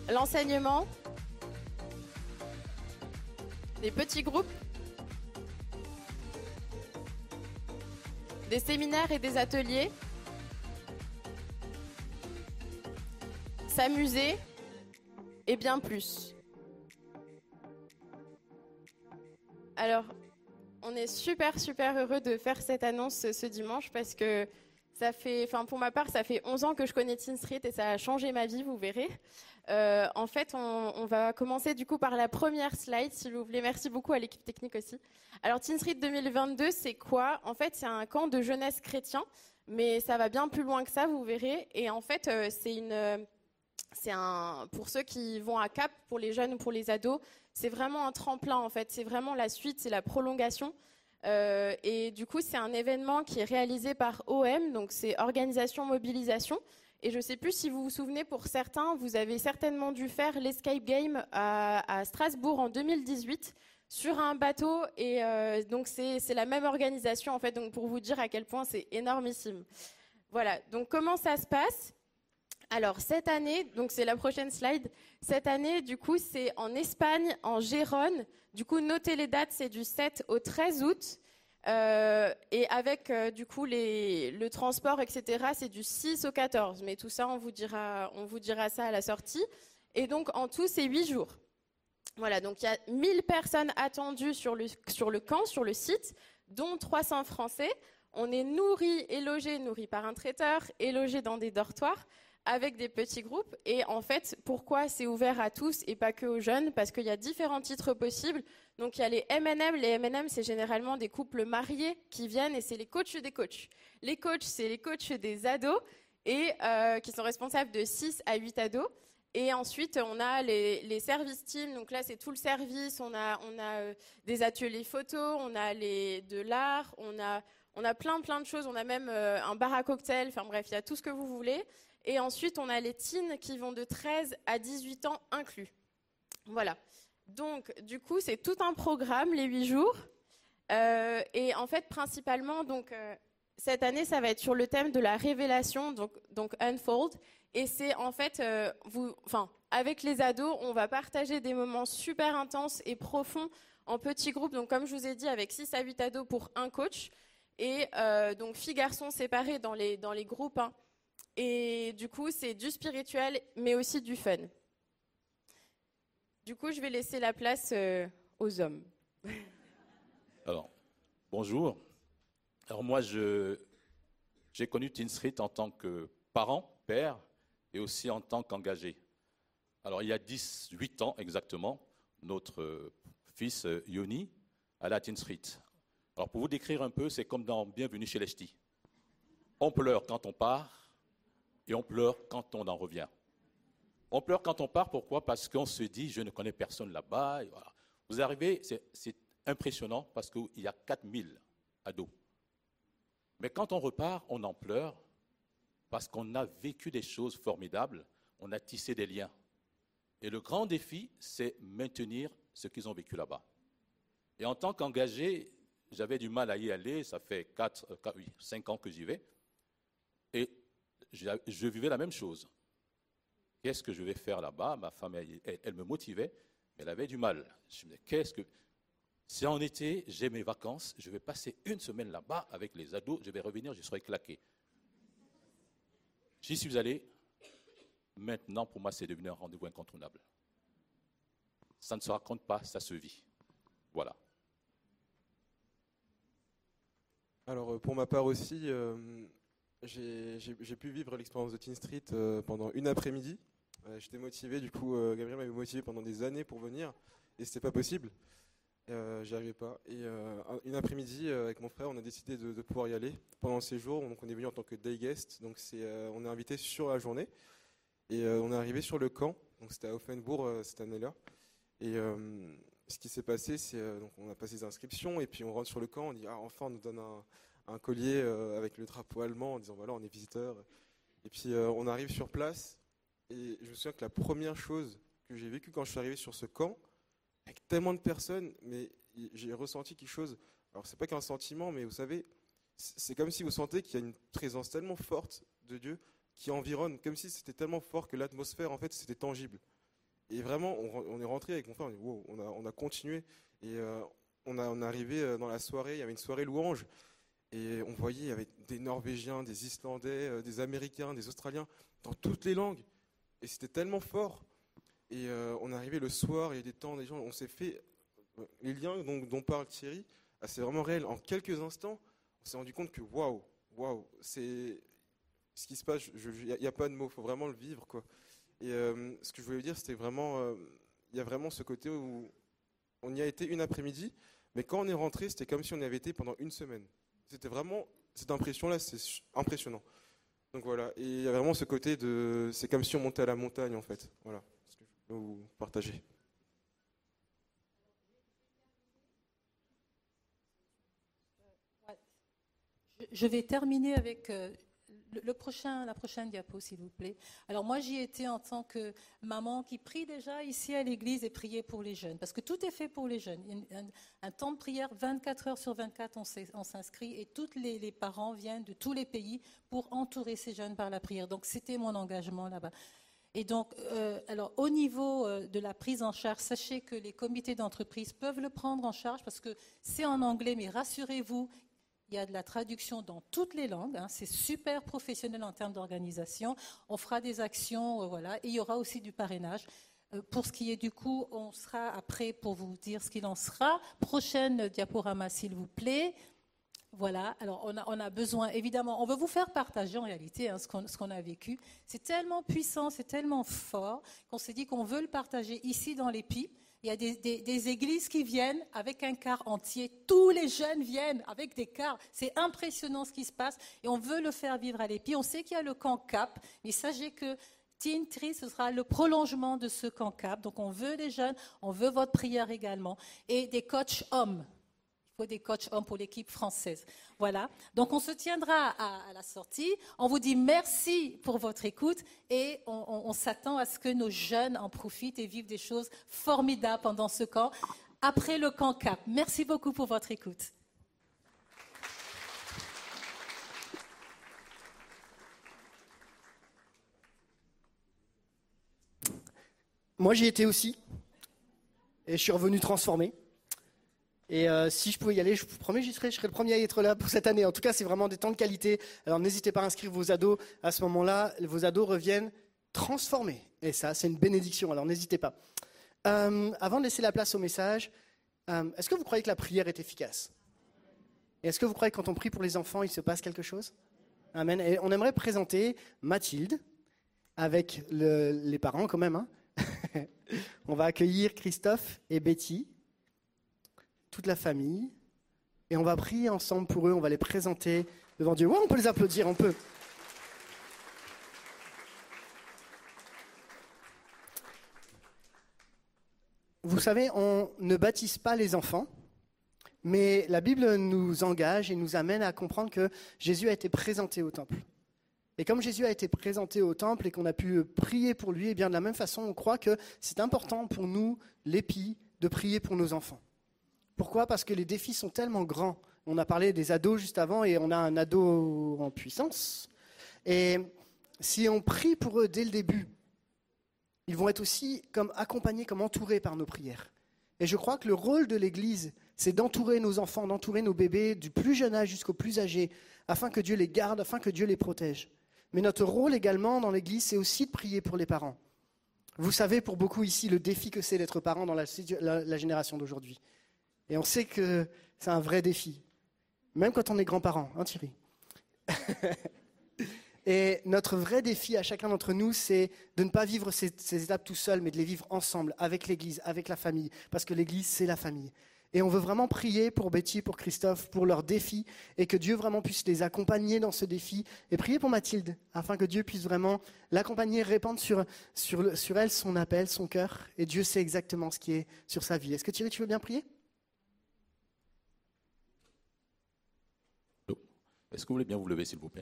l'enseignement, des petits groupes, des séminaires et des ateliers, s'amuser et bien plus. Alors, on est super super heureux de faire cette annonce ce, ce dimanche parce que ça fait, enfin pour ma part, ça fait onze ans que je connais Teen Street et ça a changé ma vie, vous verrez. Euh, en fait, on, on va commencer du coup par la première slide, s'il vous plaît. Merci beaucoup à l'équipe technique aussi. Alors, Teen Street deux mille vingt-deux, c'est quoi? En fait, c'est un camp de jeunesse chrétien, mais ça va bien plus loin que ça, vous verrez. Et en fait, euh, c'est une, euh, c'est un, pour ceux qui vont à Cap, pour les jeunes ou pour les ados, c'est vraiment un tremplin. En fait, c'est vraiment la suite, c'est la prolongation. Euh, et du coup, c'est un événement qui est réalisé par O M, donc c'est Organisation Mobilisation. Et je ne sais plus si vous vous souvenez, pour certains, vous avez certainement dû faire l'Escape Game à, à Strasbourg en deux mille dix-huit sur un bateau. Et euh, donc, c'est, c'est la même organisation, en fait, donc pour vous dire à quel point c'est énormissime. Voilà, donc comment ça se passe ? Alors, cette année, donc c'est la prochaine slide, cette année, du coup, c'est en Espagne, en Gérone. Du coup, notez les dates, c'est du sept au treize août. Euh, et avec, euh, du coup, les, le transport, et cetera, c'est du six au quatorze. Mais tout ça, on vous dira, on vous dira ça à la sortie. Et donc, en tout, c'est huit jours. Voilà, donc il y a mille personnes attendues sur le, sur le camp, sur le site, dont trois cents Français. On est nourris et logés, nourris par un traiteur, et logés dans des dortoirs, avec des petits groupes. Et en fait, pourquoi c'est ouvert à tous et pas que aux jeunes? Parce qu'il y a différents titres possibles. Donc il y a les M and M. Les M and M, c'est généralement des couples mariés qui viennent et c'est les coachs des coachs. Les coachs, c'est les coachs des ados et euh, qui sont responsables de six à huit ados. Et ensuite, on a les, les service teams. Donc là, c'est tout le service. On a, on a euh, des ateliers photos, on a les, de l'art, on a, on a plein, plein de choses. On a même euh, un bar à cocktail. Enfin bref, il y a tout ce que vous voulez. Et ensuite, on a les teens qui vont de treize à dix-huit ans inclus. Voilà. Donc, du coup, c'est tout un programme, les huit jours. Euh, et en fait, principalement, donc, euh, cette année, ça va être sur le thème de la révélation, donc, donc Unfold. Et c'est en fait, euh, vous, enfin, avec les ados, on va partager des moments super intenses et profonds en petits groupes. Donc, comme je vous ai dit, avec six à huit ados pour un coach. Et euh, donc, filles-garçons séparés dans les, dans les groupes, hein. Et du coup, c'est du spirituel, mais aussi du fun. Du coup, je vais laisser la place euh, aux hommes. Alors, bonjour. Alors moi, je, j'ai connu Teen Street en tant que parent, père, et aussi en tant qu'engagé. Alors, il y a dix-huit ans exactement, notre fils Yoni allait à Teen Street. Alors, pour vous décrire un peu, c'est comme dans Bienvenue chez les Ch'tis. On pleure quand on part, et on pleure quand on en revient. On pleure quand on part, pourquoi? Parce qu'on se dit, je ne connais personne là-bas. Et voilà. Vous arrivez, c'est, c'est impressionnant parce qu'il y a quatre mille ados. Mais quand on repart, on en pleure parce qu'on a vécu des choses formidables, on a tissé des liens. Et le grand défi, c'est maintenir ce qu'ils ont vécu là-bas. Et en tant qu'engagé, j'avais du mal à y aller, ça fait quatre, quatre, oui, cinq ans que j'y vais. Et je, je vivais la même chose. Qu'est-ce que je vais faire là-bas? Ma femme, elle, elle, elle me motivait, mais elle avait du mal. Je me disais, qu'est-ce que... Si en été, j'ai mes vacances, je vais passer une semaine là-bas avec les ados, je vais revenir, je serai claqué. J'y suis allé. Maintenant, pour moi, c'est devenu un rendez-vous incontournable. Ça ne se raconte pas, ça se vit. Voilà. Alors, pour ma part aussi, euh, j'ai, j'ai, j'ai pu vivre l'expérience de Teen Street euh, pendant une après-midi. Euh, j'étais motivé, du coup, euh, Gabriel m'avait motivé pendant des années pour venir, et c'était pas possible. Euh, j'y arrivais pas. Et euh, une après-midi, euh, avec mon frère, on a décidé de, de pouvoir y aller pendant ces jours. Donc, on est venu en tant que day guest. Donc, c'est, euh, on est invité sur la journée. Et euh, on est arrivé sur le camp. Donc, c'était à Offenbourg euh, cette année-là. Et euh, ce qui s'est passé, c'est euh, donc on a passé des inscriptions. Et puis, on rentre sur le camp. On dit, ah, enfin, on nous donne un, un collier euh, avec le drapeau allemand en disant, voilà, on est visiteurs. Et puis, euh, on arrive sur place. Et je me souviens que la première chose que j'ai vécue quand je suis arrivé sur ce camp, avec tellement de personnes, mais j'ai ressenti quelque chose. Alors, c'est pas qu'un sentiment, mais vous savez, c'est comme si vous sentez qu'il y a une présence tellement forte de Dieu qui environne, comme si c'était tellement fort que l'atmosphère, en fait, c'était tangible. Et vraiment, on, on est rentré avec mon frère, on, dit, wow, on, a, on a continué. Et euh, on, a, on est arrivé dans la soirée, il y avait une soirée louange. Et on voyait, il y avait des Norvégiens, des Islandais, des Américains, des Australiens, dans toutes les langues. Et c'était tellement fort. Et euh, on est arrivé le soir, il y a des temps, des gens, on s'est fait... Les liens dont, dont parle Thierry, c'est vraiment réel. En quelques instants, on s'est rendu compte que waouh, waouh, c'est ce qui se passe. Il n'y a, a pas de mots, il faut vraiment le vivre, quoi. Et euh, ce que je voulais dire, c'était vraiment, il euh, y a vraiment ce côté où on y a été une après-midi, mais quand on est rentré, c'était comme si on y avait été pendant une semaine. C'était vraiment cette impression-là, c'est impressionnant. Donc voilà, et il y a vraiment ce côté de, c'est comme si on montait à la montagne en fait. Voilà, ce que je peux vous partager. Je vais terminer avec euh, le prochain, la prochaine diapo, s'il vous plaît. Alors moi, j'y étais en tant que maman qui prie déjà ici à l'église et priait pour les jeunes, parce que tout est fait pour les jeunes. Un, un temps de prière, vingt-quatre heures sur vingt-quatre, on s'inscrit et tous les, les parents viennent de tous les pays pour entourer ces jeunes par la prière. Donc c'était mon engagement là-bas. Et donc, euh, alors au niveau euh, de la prise en charge, sachez que les comités d'entreprise peuvent le prendre en charge parce que c'est en anglais, mais rassurez-vous, il y a de la traduction dans toutes les langues, hein, c'est super professionnel en termes d'organisation. On fera des actions, euh, voilà, et il y aura aussi du parrainage. Euh, pour ce qui est du coup, on sera après pour vous dire ce qu'il en sera. Prochaine diaporama, s'il vous plaît. Voilà, alors on a, on a besoin, évidemment, on veut vous faire partager en réalité hein, ce qu'on ce qu'on a vécu. C'est tellement puissant, c'est tellement fort qu'on s'est dit qu'on veut le partager ici dans les Pipes. Il y a des, des, des églises qui viennent avec un car entier. Tous les jeunes viennent avec des cars. C'est impressionnant ce qui se passe. Et on veut le faire vivre à l'Épi. On sait qu'il y a le camp Cap. Mais sachez que Teen Tree, ce sera le prolongement de ce camp Cap. Donc on veut des jeunes, on veut votre prière également. Et des coachs hommes. Il faut des coachs hommes pour l'équipe française. Voilà. Donc on se tiendra à, à la sortie. On vous dit merci pour votre écoute et on, on, on s'attend à ce que nos jeunes en profitent et vivent des choses formidables pendant ce camp, après le camp Cap. Merci beaucoup pour votre écoute. Moi j'y étais aussi et je suis revenu transformé. Et euh, si je pouvais y aller, je vous promets, j'y serais, je serais le premier à y être là pour cette année. En tout cas, c'est vraiment des temps de qualité. Alors n'hésitez pas à inscrire vos ados. À ce moment-là, vos ados reviennent transformés. Et ça, c'est une bénédiction. Alors n'hésitez pas. Euh, avant de laisser la place au message, euh, est-ce que vous croyez que la prière est efficace? Et est-ce que vous croyez que quand on prie pour les enfants, il se passe quelque chose? Amen. Et on aimerait présenter Mathilde avec le, les parents quand même. Hein. On va accueillir Christophe et Betty, toute la famille, et on va prier ensemble pour eux, on va les présenter devant Dieu. Ouais, on peut les applaudir, on peut. Vous savez, on ne baptise pas les enfants, mais la Bible nous engage et nous amène à comprendre que Jésus a été présenté au temple. Et comme Jésus a été présenté au temple et qu'on a pu prier pour lui, et bien de la même façon, on croit que c'est important pour nous, l'Épi, de prier pour nos enfants. Pourquoi ? Parce que les défis sont tellement grands. On a parlé des ados juste avant et on a un ado en puissance. Et si on prie pour eux dès le début, ils vont être aussi comme accompagnés, comme entourés par nos prières. Et je crois que le rôle de l'Église, c'est d'entourer nos enfants, d'entourer nos bébés du plus jeune âge jusqu'au plus âgé, afin que Dieu les garde, afin que Dieu les protège. Mais notre rôle également dans l'Église, c'est aussi de prier pour les parents. Vous savez pour beaucoup ici le défi que c'est d'être parent dans la, la, la génération d'aujourd'hui. Et on sait que c'est un vrai défi, même quand on est grand-parent, hein Thierry. Et notre vrai défi à chacun d'entre nous, c'est de ne pas vivre ces, ces étapes tout seul, mais de les vivre ensemble, avec l'Église, avec la famille, parce que l'Église, c'est la famille. Et on veut vraiment prier pour Betty, pour Christophe, pour leurs défis, et que Dieu vraiment puisse les accompagner dans ce défi, et prier pour Mathilde, afin que Dieu puisse vraiment l'accompagner, répandre sur, sur, sur elle son appel, son cœur, et Dieu sait exactement ce qui est sur sa vie. Est-ce que Thierry, tu veux bien prier ? Est-ce que vous voulez bien vous lever, s'il vous plaît?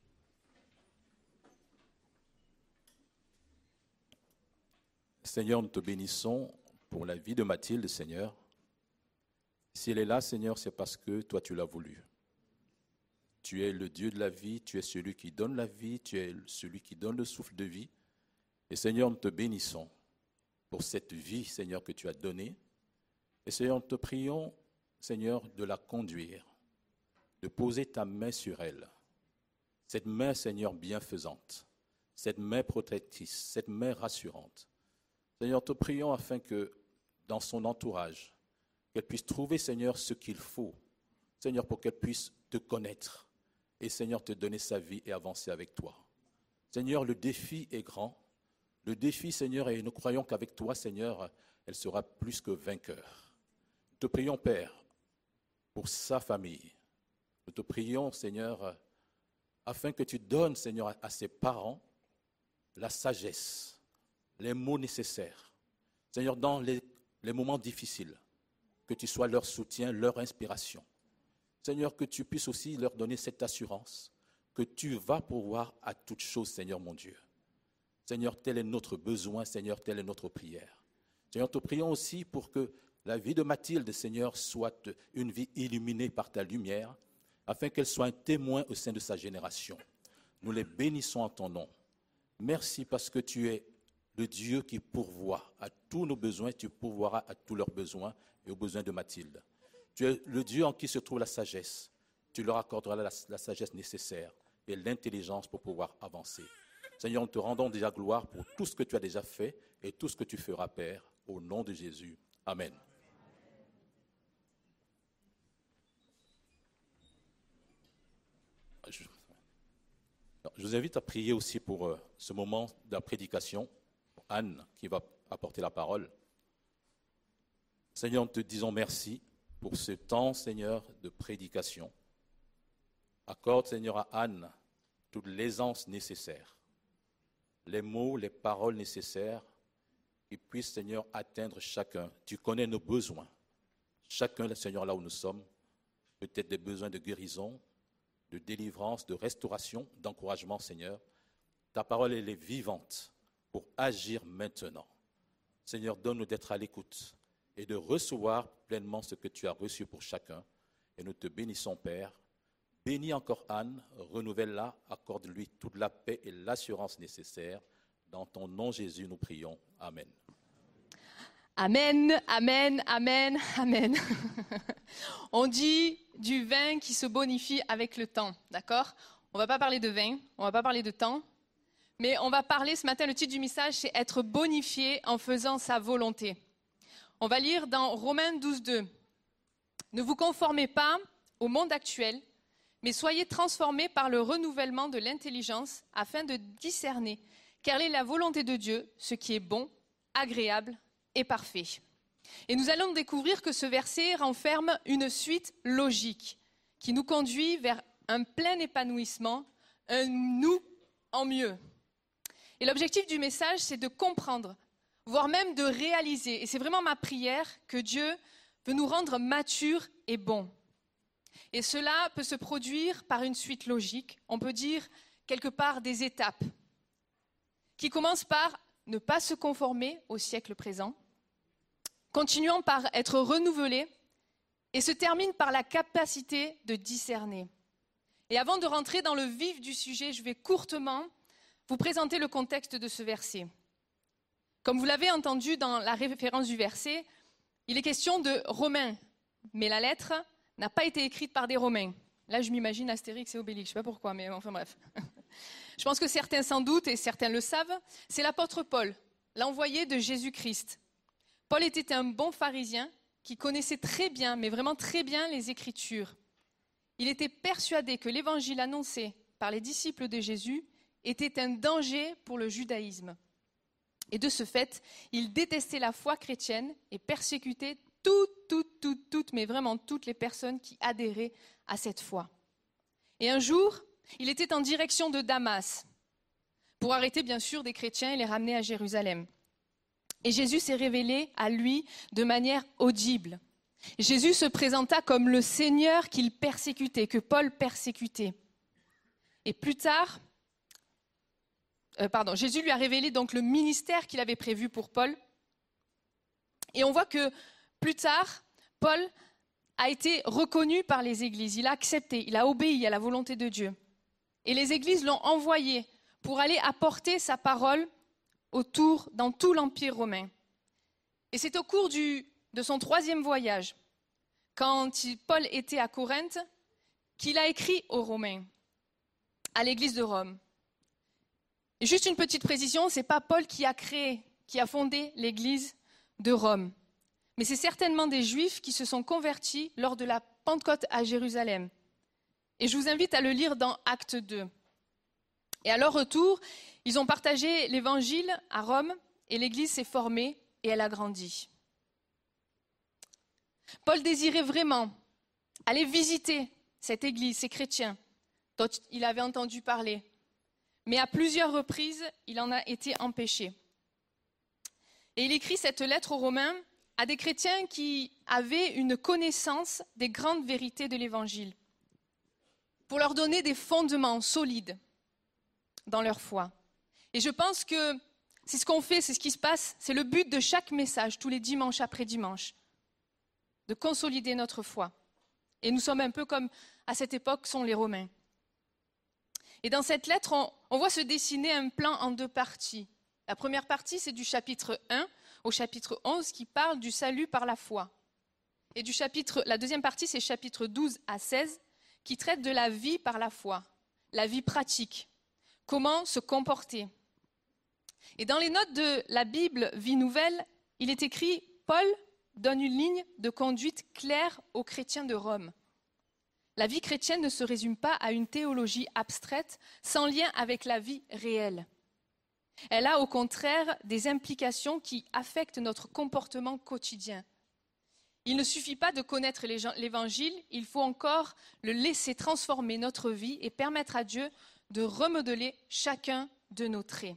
Seigneur, nous te bénissons pour la vie de Mathilde, Seigneur. Si elle est là, Seigneur, c'est parce que toi, tu l'as voulu. Tu es le Dieu de la vie, tu es celui qui donne la vie, tu es celui qui donne le souffle de vie. Et Seigneur, nous te bénissons pour cette vie, Seigneur, que tu as donnée. Et Seigneur, nous te prions, Seigneur, de la conduire, de poser ta main sur elle. Cette main, Seigneur, bienfaisante, cette main protectrice, cette main rassurante. Seigneur, te prions afin que dans son entourage, qu'elle puisse trouver, Seigneur, ce qu'il faut, Seigneur, pour qu'elle puisse te connaître et, Seigneur, te donner sa vie et avancer avec toi. Seigneur, le défi est grand. Le défi, Seigneur, et nous croyons qu'avec toi, Seigneur, elle sera plus que vainqueur. Nous te prions, Père, pour sa famille. Nous te prions, Seigneur, afin que tu donnes, Seigneur, à ses parents la sagesse, les mots nécessaires. Seigneur, dans les, les moments difficiles, que tu sois leur soutien, leur inspiration. Seigneur, que tu puisses aussi leur donner cette assurance que tu vas pourvoir à toute chose, Seigneur mon Dieu. Seigneur, tel est notre besoin, Seigneur, telle est notre prière. Seigneur, te prions aussi pour que la vie de Mathilde, Seigneur, soit une vie illuminée par ta lumière, afin qu'elle soit un témoin au sein de sa génération. Nous les bénissons en ton nom. Merci parce que tu es le Dieu qui pourvoit à tous nos besoins, tu pourvoiras à tous leurs besoins et aux besoins de Mathilde. Tu es le Dieu en qui se trouve la sagesse. Tu leur accorderas la, la sagesse nécessaire et l'intelligence pour pouvoir avancer. Seigneur, nous te rendons déjà gloire pour tout ce que tu as déjà fait et tout ce que tu feras, Père, au nom de Jésus. Amen. Je, je vous invite à prier aussi pour euh, ce moment de la prédication. Anne qui va apporter la parole. Seigneur, nous te disons merci pour ce temps, Seigneur, de prédication. Accorde, Seigneur, à Anne toute l'aisance nécessaire, les mots, les paroles nécessaires qui puissent, Seigneur, atteindre chacun. Tu connais nos besoins. Chacun, Seigneur, là où nous sommes, peut-être des besoins de guérison, de délivrance, de restauration, d'encouragement, Seigneur. Ta parole, elle est vivante pour agir maintenant. Seigneur, donne-nous d'être à l'écoute et de recevoir pleinement ce que tu as reçu pour chacun. Et nous te bénissons, Père. Bénis encore Anne, renouvelle-la, accorde-lui toute la paix et l'assurance nécessaires. Dans ton nom, Jésus, nous prions. Amen. Amen, amen, amen, amen. On dit du vin qui se bonifie avec le temps, d'accord ? On ne va pas parler de vin, on ne va pas parler de temps, mais on va parler ce matin, le titre du message, c'est « Être bonifié en faisant sa volonté ». On va lire dans Romains douze, deux. « Ne vous conformez pas au monde actuel, mais soyez transformés par le renouvellement de l'intelligence afin de discerner quelle est la volonté de Dieu, ce qui est bon, agréable et parfait. » Et nous allons découvrir que ce verset renferme une suite logique qui nous conduit vers un plein épanouissement, un nous en mieux. Et l'objectif du message, c'est de comprendre, voire même de réaliser. Et c'est vraiment ma prière que Dieu veut nous rendre matures et bons. Et cela peut se produire par une suite logique, on peut dire quelque part des étapes, qui commencent par ne pas se conformer au siècle présent, continuant par être renouvelé et se termine par la capacité de discerner. Et avant de rentrer dans le vif du sujet, je vais courtement vous présenter le contexte de ce verset. Comme vous l'avez entendu dans la référence du verset, il est question de Romains, mais la lettre n'a pas été écrite par des Romains. Là, je m'imagine Astérix et Obélix, je ne sais pas pourquoi, mais enfin bref. Je pense que certains s'en doutent et certains le savent. C'est l'apôtre Paul, l'envoyé de Jésus-Christ. Paul était un bon pharisien qui connaissait très bien, mais vraiment très bien, les Écritures. Il était persuadé que l'évangile annoncé par les disciples de Jésus était un danger pour le judaïsme. Et de ce fait, il détestait la foi chrétienne et persécutait toutes, toutes, toutes, toutes, mais vraiment toutes les personnes qui adhéraient à cette foi. Et un jour, il était en direction de Damas pour arrêter bien sûr des chrétiens et les ramener à Jérusalem. Et Jésus s'est révélé à lui de manière audible. Jésus se présenta comme le Seigneur qu'il persécutait, que Paul persécutait. Et plus tard, euh, pardon, Jésus lui a révélé donc le ministère qu'il avait prévu pour Paul. Et on voit que plus tard, Paul a été reconnu par les églises. Il a accepté, il a obéi à la volonté de Dieu. Et les églises l'ont envoyé pour aller apporter sa parole autour, dans tout l'Empire romain. Et c'est au cours du, de son troisième voyage, quand Paul était à Corinthe, qu'il a écrit aux Romains, à l'église de Rome. Et juste une petite précision, ce n'est pas Paul qui a créé, qui a fondé l'église de Rome, mais c'est certainement des Juifs qui se sont convertis lors de la Pentecôte à Jérusalem. Et je vous invite à le lire dans Actes deux. Et à leur retour, ils ont partagé l'évangile à Rome et l'église s'est formée et elle a grandi. Paul désirait vraiment aller visiter cette église, ces chrétiens dont il avait entendu parler. Mais à plusieurs reprises, il en a été empêché. Et il écrit cette lettre aux Romains à des chrétiens qui avaient une connaissance des grandes vérités de l'Évangile, pour leur donner des fondements solides dans leur foi. Et je pense que c'est ce qu'on fait, c'est ce qui se passe, c'est le but de chaque message, tous les dimanches après dimanche, de consolider notre foi. Et nous sommes un peu comme à cette époque sont les Romains. Et dans cette lettre, on, on voit se dessiner un plan en deux parties. La première partie, c'est du chapitre un au chapitre onze qui parle du salut par la foi. Et du chapitre, la deuxième partie, c'est chapitre douze à seize qui traite de la vie par la foi, la vie pratique, comment se comporter. Et dans les notes de la Bible Vie Nouvelle, il est écrit « Paul donne une ligne de conduite claire aux chrétiens de Rome. La vie chrétienne ne se résume pas à une théologie abstraite sans lien avec la vie réelle. Elle a au contraire des implications qui affectent notre comportement quotidien. Il ne suffit pas de connaître l'Évangile, il faut encore le laisser transformer notre vie et permettre à Dieu de remodeler chacun de nos traits.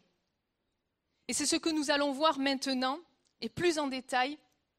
Et c'est ce que nous allons voir maintenant, et plus en détail,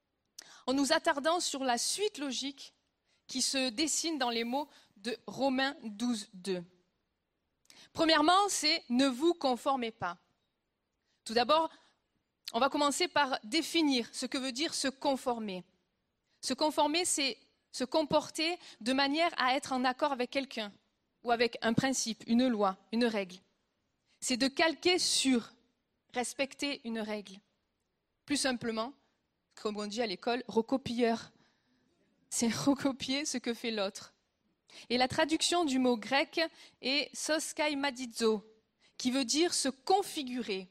en nous attardant sur la suite logique qui se dessine dans les mots de Romains douze, deux. Premièrement, c'est « ne vous conformez pas ». Tout d'abord, on va commencer par définir ce que veut dire se conformer. Se conformer, c'est se comporter de manière à être en accord avec quelqu'un ou avec un principe, une loi, une règle. C'est de calquer sur, respecter une règle. Plus simplement, comme on dit à l'école, recopieur. C'est recopier ce que fait l'autre. Et la traduction du mot grec est soskaimadizo, qui veut dire se configurer.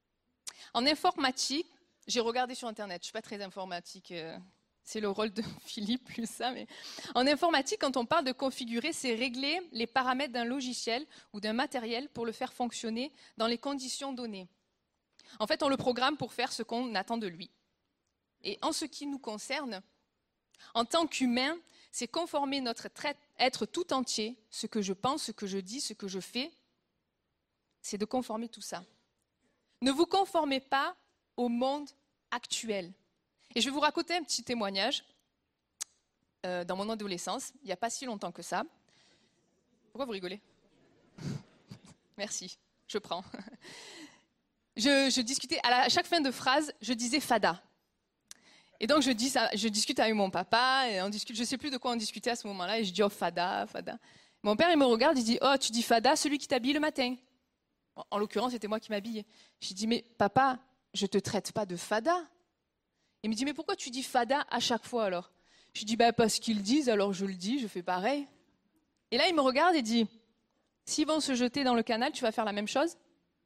En informatique, j'ai regardé sur Internet, je ne suis pas très informatique, euh, c'est le rôle de Philippe plus ça, mais en informatique, quand on parle de configurer, c'est régler les paramètres d'un logiciel ou d'un matériel pour le faire fonctionner dans les conditions données. En fait, on le programme pour faire ce qu'on attend de lui. Et en ce qui nous concerne, en tant qu'humain, c'est conformer notre être tout entier, ce que je pense, ce que je dis, ce que je fais, c'est de conformer tout ça. Ne vous conformez pas au monde actuel. Et je vais vous raconter un petit témoignage euh, dans mon adolescence, il n'y a pas si longtemps que ça. Pourquoi vous rigolez? Merci, je prends. Je, je discutais, à, la, à chaque fin de phrase, je disais fada. Et donc je, dis ça, je discute avec mon papa, et on discute, je ne sais plus de quoi on discutait à ce moment-là, et je dis oh fada, fada. Mon père il me regarde, il dit oh tu dis fada, celui qui t'habille le matin. En l'occurrence, c'était moi qui m'habillais. Je lui dis, mais papa, je ne te traite pas de fada. Il me dit, mais pourquoi tu dis fada à chaque fois alors? Je lui dis, bah, parce qu'ils le disent, alors je le dis, je fais pareil. Et là, il me regarde et dit, s'ils vont se jeter dans le canal, tu vas faire la même chose?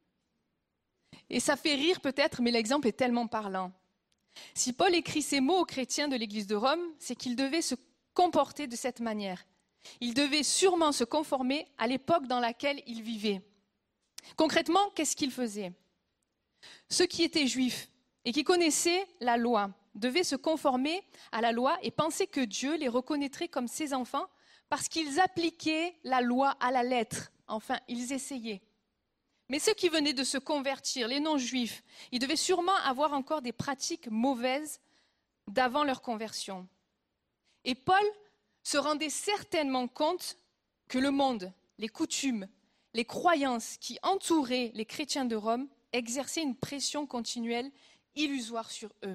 Et ça fait rire peut-être, mais l'exemple est tellement parlant. Si Paul écrit ces mots aux chrétiens de l'église de Rome, c'est qu'ils devaient se comporter de cette manière. Ils devaient sûrement se conformer à l'époque dans laquelle ils vivaient. Concrètement, qu'est-ce qu'ils faisaient? Ceux qui étaient juifs et qui connaissaient la loi devaient se conformer à la loi et penser que Dieu les reconnaîtrait comme ses enfants parce qu'ils appliquaient la loi à la lettre. Enfin, ils essayaient. Mais ceux qui venaient de se convertir, les non-juifs, ils devaient sûrement avoir encore des pratiques mauvaises d'avant leur conversion. Et Paul se rendait certainement compte que le monde, les coutumes, les croyances qui entouraient les chrétiens de Rome exerçaient une pression continuelle illusoire sur eux.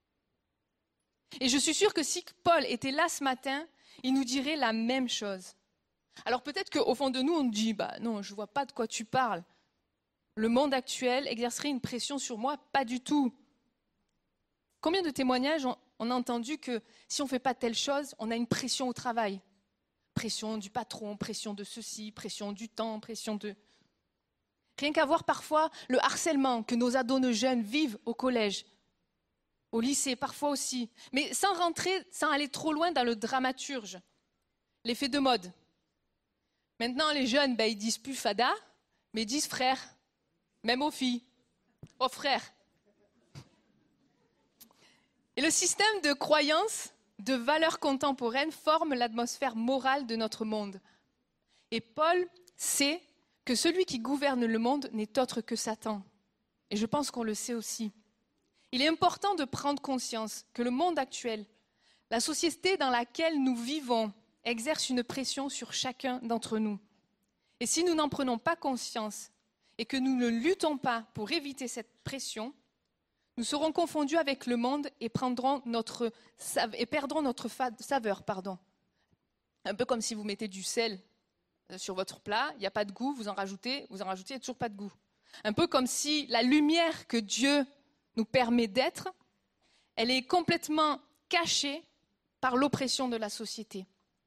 Et je suis sûre que si Paul était là ce matin, il nous dirait la même chose. Alors peut-être qu'au fond de nous, on dit bah, « non, je ne vois pas de quoi tu parles. Le monde actuel exercerait une pression sur moi, pas du tout. » Combien de témoignages on, on a entendu que si on ne fait pas telle chose, on a une pression au travail. Pression du patron, pression de ceci, pression du temps, pression de... Rien qu'à voir parfois le harcèlement que nos ados, nos jeunes vivent au collège, au lycée, parfois aussi. Mais sans rentrer, sans aller trop loin dans le dramaturge, l'effet de mode. Maintenant, les jeunes, ben, ils disent plus fada, mais ils disent frère, même aux filles. Oh frère. Et le système de croyances, de valeurs contemporaines forme l'atmosphère morale de notre monde. Et Paul sait que celui qui gouverne le monde n'est autre que Satan. Et je pense qu'on le sait aussi. Il est important de prendre conscience que le monde actuel, la société dans laquelle nous vivons, exerce une pression sur chacun d'entre nous. Et si nous n'en prenons pas conscience et que nous ne luttons pas pour éviter cette pression, nous serons confondus avec le monde et, prendrons notre, et perdrons notre saveur. Pardon. Un peu comme si vous mettez du sel sur votre plat, il n'y a pas de goût, vous en rajoutez, vous en rajoutez, il n'y a toujours pas de goût. Un peu comme si la lumière que Dieu nous permet d'être, elle est complètement cachée par l'oppression de la société.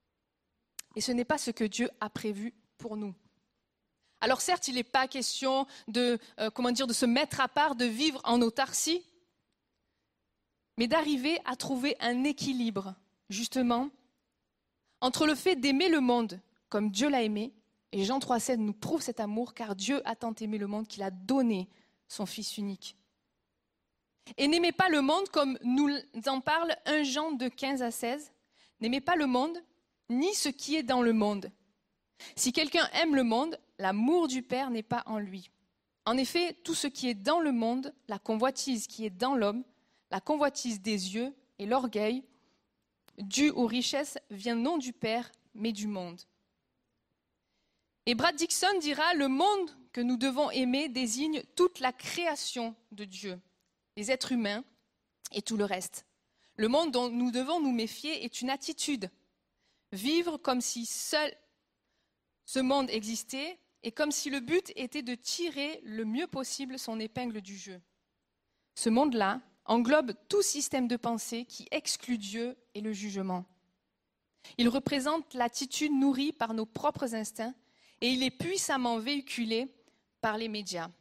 Et ce n'est pas ce que Dieu a prévu pour nous. Alors certes, il n'est pas question de, euh, comment dire, de se mettre à part, de vivre en autarcie, mais d'arriver à trouver un équilibre, justement, entre le fait d'aimer le monde comme Dieu l'a aimé, et Jean trois sept nous prouve cet amour, car Dieu a tant aimé le monde qu'il a donné son Fils unique. Et n'aimez pas le monde comme nous en parle premier Jean deux quinze à seize. N'aimez pas le monde, ni ce qui est dans le monde. Si quelqu'un aime le monde, l'amour du Père n'est pas en lui. En effet, tout ce qui est dans le monde, la convoitise qui est dans l'homme, la convoitise des yeux et l'orgueil, dû aux richesses, vient non du Père, mais du monde. Et Brad Dixon dira, le monde que nous devons aimer désigne toute la création de Dieu, les êtres humains et tout le reste. Le monde dont nous devons nous méfier est une attitude. Vivre comme si seul ce monde existait et comme si le but était de tirer le mieux possible son épingle du jeu. Ce monde-là englobe tout système de pensée qui exclut Dieu et le jugement. Il représente l'attitude nourrie par nos propres instincts et il est puissamment véhiculé par les médias.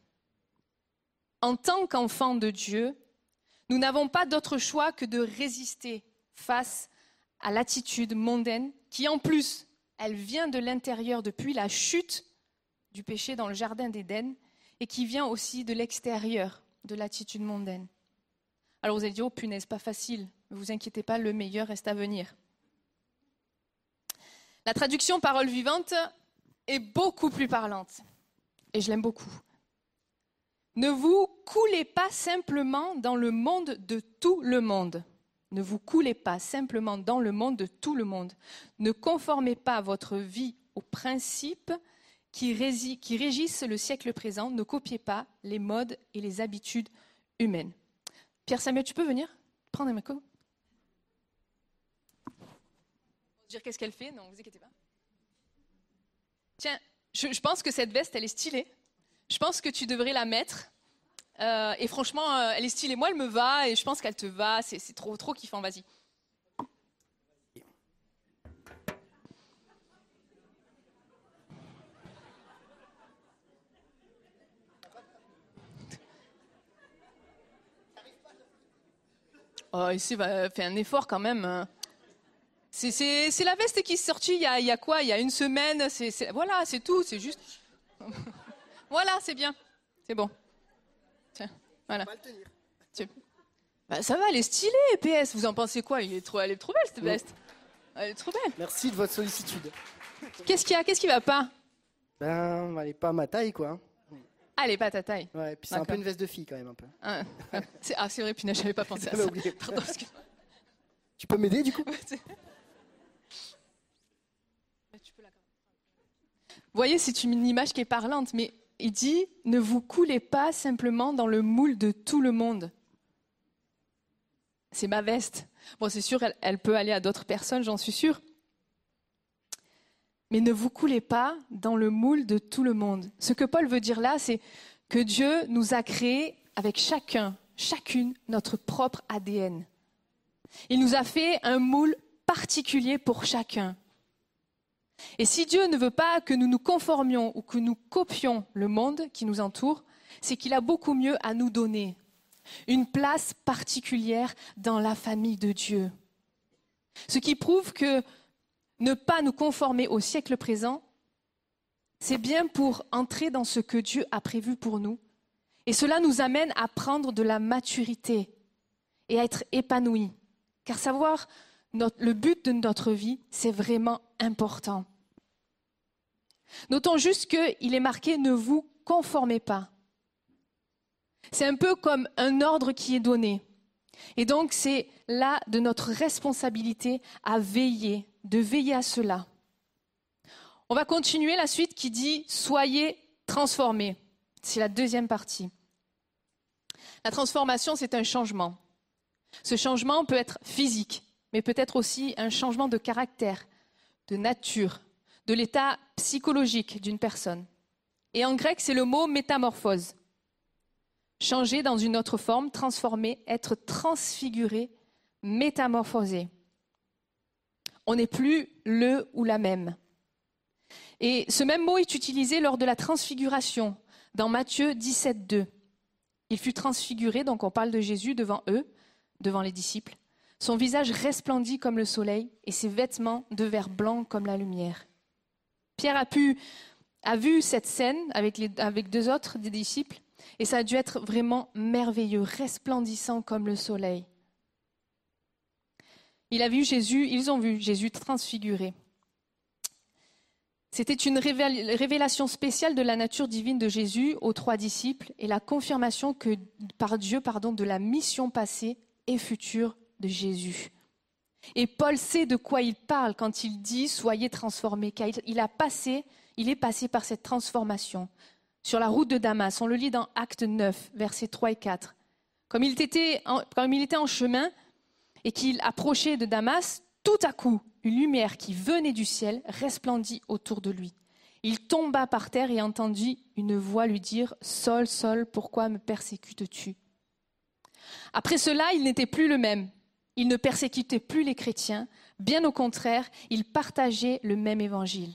En tant qu'enfants de Dieu, nous n'avons pas d'autre choix que de résister face à l'attitude mondaine qui, en plus, elle vient de l'intérieur depuis la chute du péché dans le jardin d'Éden et qui vient aussi de l'extérieur de l'attitude mondaine. Alors vous allez dire, oh punaise, pas facile. Ne vous inquiétez pas, le meilleur reste à venir. La traduction parole vivante est beaucoup plus parlante et je l'aime beaucoup. Ne vous coulez pas simplement dans le monde de tout le monde. Ne vous coulez pas simplement dans le monde de tout le monde. Ne conformez pas votre vie aux principes qui, rési- qui régissent le siècle présent. Ne copiez pas les modes et les habitudes humaines. Pierre Samuel, tu peux venir prendre un micro? Dire qu'est-ce qu'elle fait? Non, ne vous inquiétez pas. Tiens, je, je pense que cette veste, elle est stylée. Je pense que tu devrais la mettre. Euh, et franchement, euh, elle est stylée. Moi, elle me va et je pense qu'elle te va. C'est, c'est trop, trop kiffant. Vas-y. Oh, ici, va faire un effort quand même. C'est, c'est, c'est la veste qui est sortie il y a, il y a quoi? Il y a une semaine. C'est, c'est, voilà, c'est tout. C'est juste. Voilà, c'est bien. C'est bon. Tiens, voilà. Pas le tenir. Tiens. Bah, ça va, elle est stylée, P S. Vous en pensez quoi? Elle est trop, elle est trop belle, cette veste. Elle est trop belle. Merci de votre sollicitude. Qu'est-ce qu'il y a? Qu'est-ce qui va pas? Ben, elle est pas à ma taille, quoi. Ah, elle est pas à ta taille. Ouais, puis c'est D'accord. un peu une veste de fille, quand même, un peu. Ah, c'est, ah, c'est vrai, punaise, j'avais pas pensé à J'avais ça. oublié. Pardon, excuse-moi. Tu peux m'aider, du coup? Vous voyez, c'est une image qui est parlante, mais il dit « Ne vous coulez pas simplement dans le moule de tout le monde ». C'est ma veste. Bon, c'est sûr, elle, elle peut aller à d'autres personnes, j'en suis sûre. Mais ne vous coulez pas dans le moule de tout le monde. Ce que Paul veut dire là, c'est que Dieu nous a créés avec chacun, chacune notre propre A D N. Il nous a fait un moule particulier pour chacun. Et si Dieu ne veut pas que nous nous conformions ou que nous copions le monde qui nous entoure, c'est qu'il a beaucoup mieux à nous donner. Une place particulière dans la famille de Dieu. Ce qui prouve que ne pas nous conformer au siècle présent, c'est bien pour entrer dans ce que Dieu a prévu pour nous. Et cela nous amène à prendre de la maturité et à être épanouis. Car savoir notre, le but de notre vie, c'est vraiment important. Notons juste qu'il est marqué « ne vous conformez pas ». C'est un peu comme un ordre qui est donné. Et donc c'est là de notre responsabilité à veiller, de veiller à cela. On va continuer la suite qui dit « soyez transformés ». C'est la deuxième partie. La transformation, c'est un changement. Ce changement peut être physique, mais peut être aussi un changement de caractère, de nature, de l'état psychologique d'une personne. Et en grec, c'est le mot métamorphose. Changer dans une autre forme, transformer, être transfiguré, métamorphosé. On n'est plus le ou la même. Et ce même mot est utilisé lors de la transfiguration, dans Matthieu dix-sept, deux. Il fut transfiguré, donc on parle de Jésus devant eux, devant les disciples. Son visage resplendit comme le soleil et ses vêtements devinrent blancs comme la lumière. Pierre a, pu, a vu cette scène avec, les, avec deux autres des disciples et ça a dû être vraiment merveilleux, resplendissant comme le soleil. Il a vu Jésus, ils ont vu Jésus transfiguré. C'était une révélation spéciale de la nature divine de Jésus aux trois disciples et la confirmation que, par Dieu pardon, de la mission passée et future de Jésus. Et Paul sait de quoi il parle quand il dit « soyez transformés », car il, a passé, il est passé par cette transformation. Sur la route de Damas, on le lit dans Actes neuf, versets trois et quatre. Comme il était en, comme il était en chemin et qu'il approchait de Damas, tout à coup, une lumière qui venait du ciel resplendit autour de lui. Il tomba par terre et entendit une voix lui dire « Saul, Saul, pourquoi me persécutes-tu » Après cela, il n'était plus le même. Il ne persécutait plus les chrétiens. Bien au contraire, il partageait le même évangile.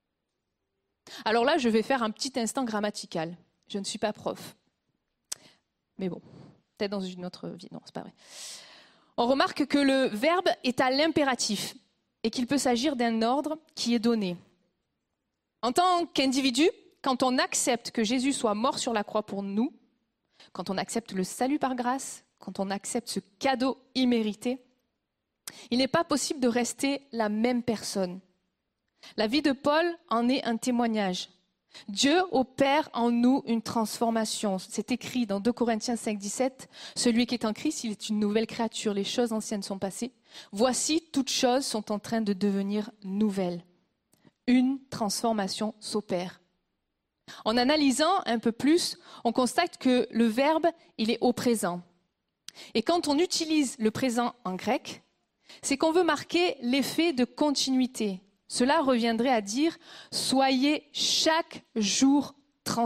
Alors là, je vais faire un petit instant grammatical. Je ne suis pas prof. Mais bon, peut-être dans une autre vie. Non, c'est pas vrai. On remarque que le verbe est à l'impératif et qu'il peut s'agir d'un ordre qui est donné. En tant qu'individu, quand on accepte que Jésus soit mort sur la croix pour nous, quand on accepte le salut par grâce, quand on accepte ce cadeau immérité, il n'est pas possible de rester la même personne. La vie de Paul en est un témoignage. Dieu opère en nous une transformation. C'est écrit dans deux Corinthiens cinq, dix-sept. « Celui qui est en Christ, il est une nouvelle créature. Les choses anciennes sont passées. Voici, toutes choses sont en train de devenir nouvelles. » Une transformation s'opère. En analysant un peu plus, on constate que le verbe, il est au présent. Et quand on utilise le présent en grec, c'est qu'on veut marquer l'effet de continuité. Cela reviendrait à dire « soyez chaque jour transformés ».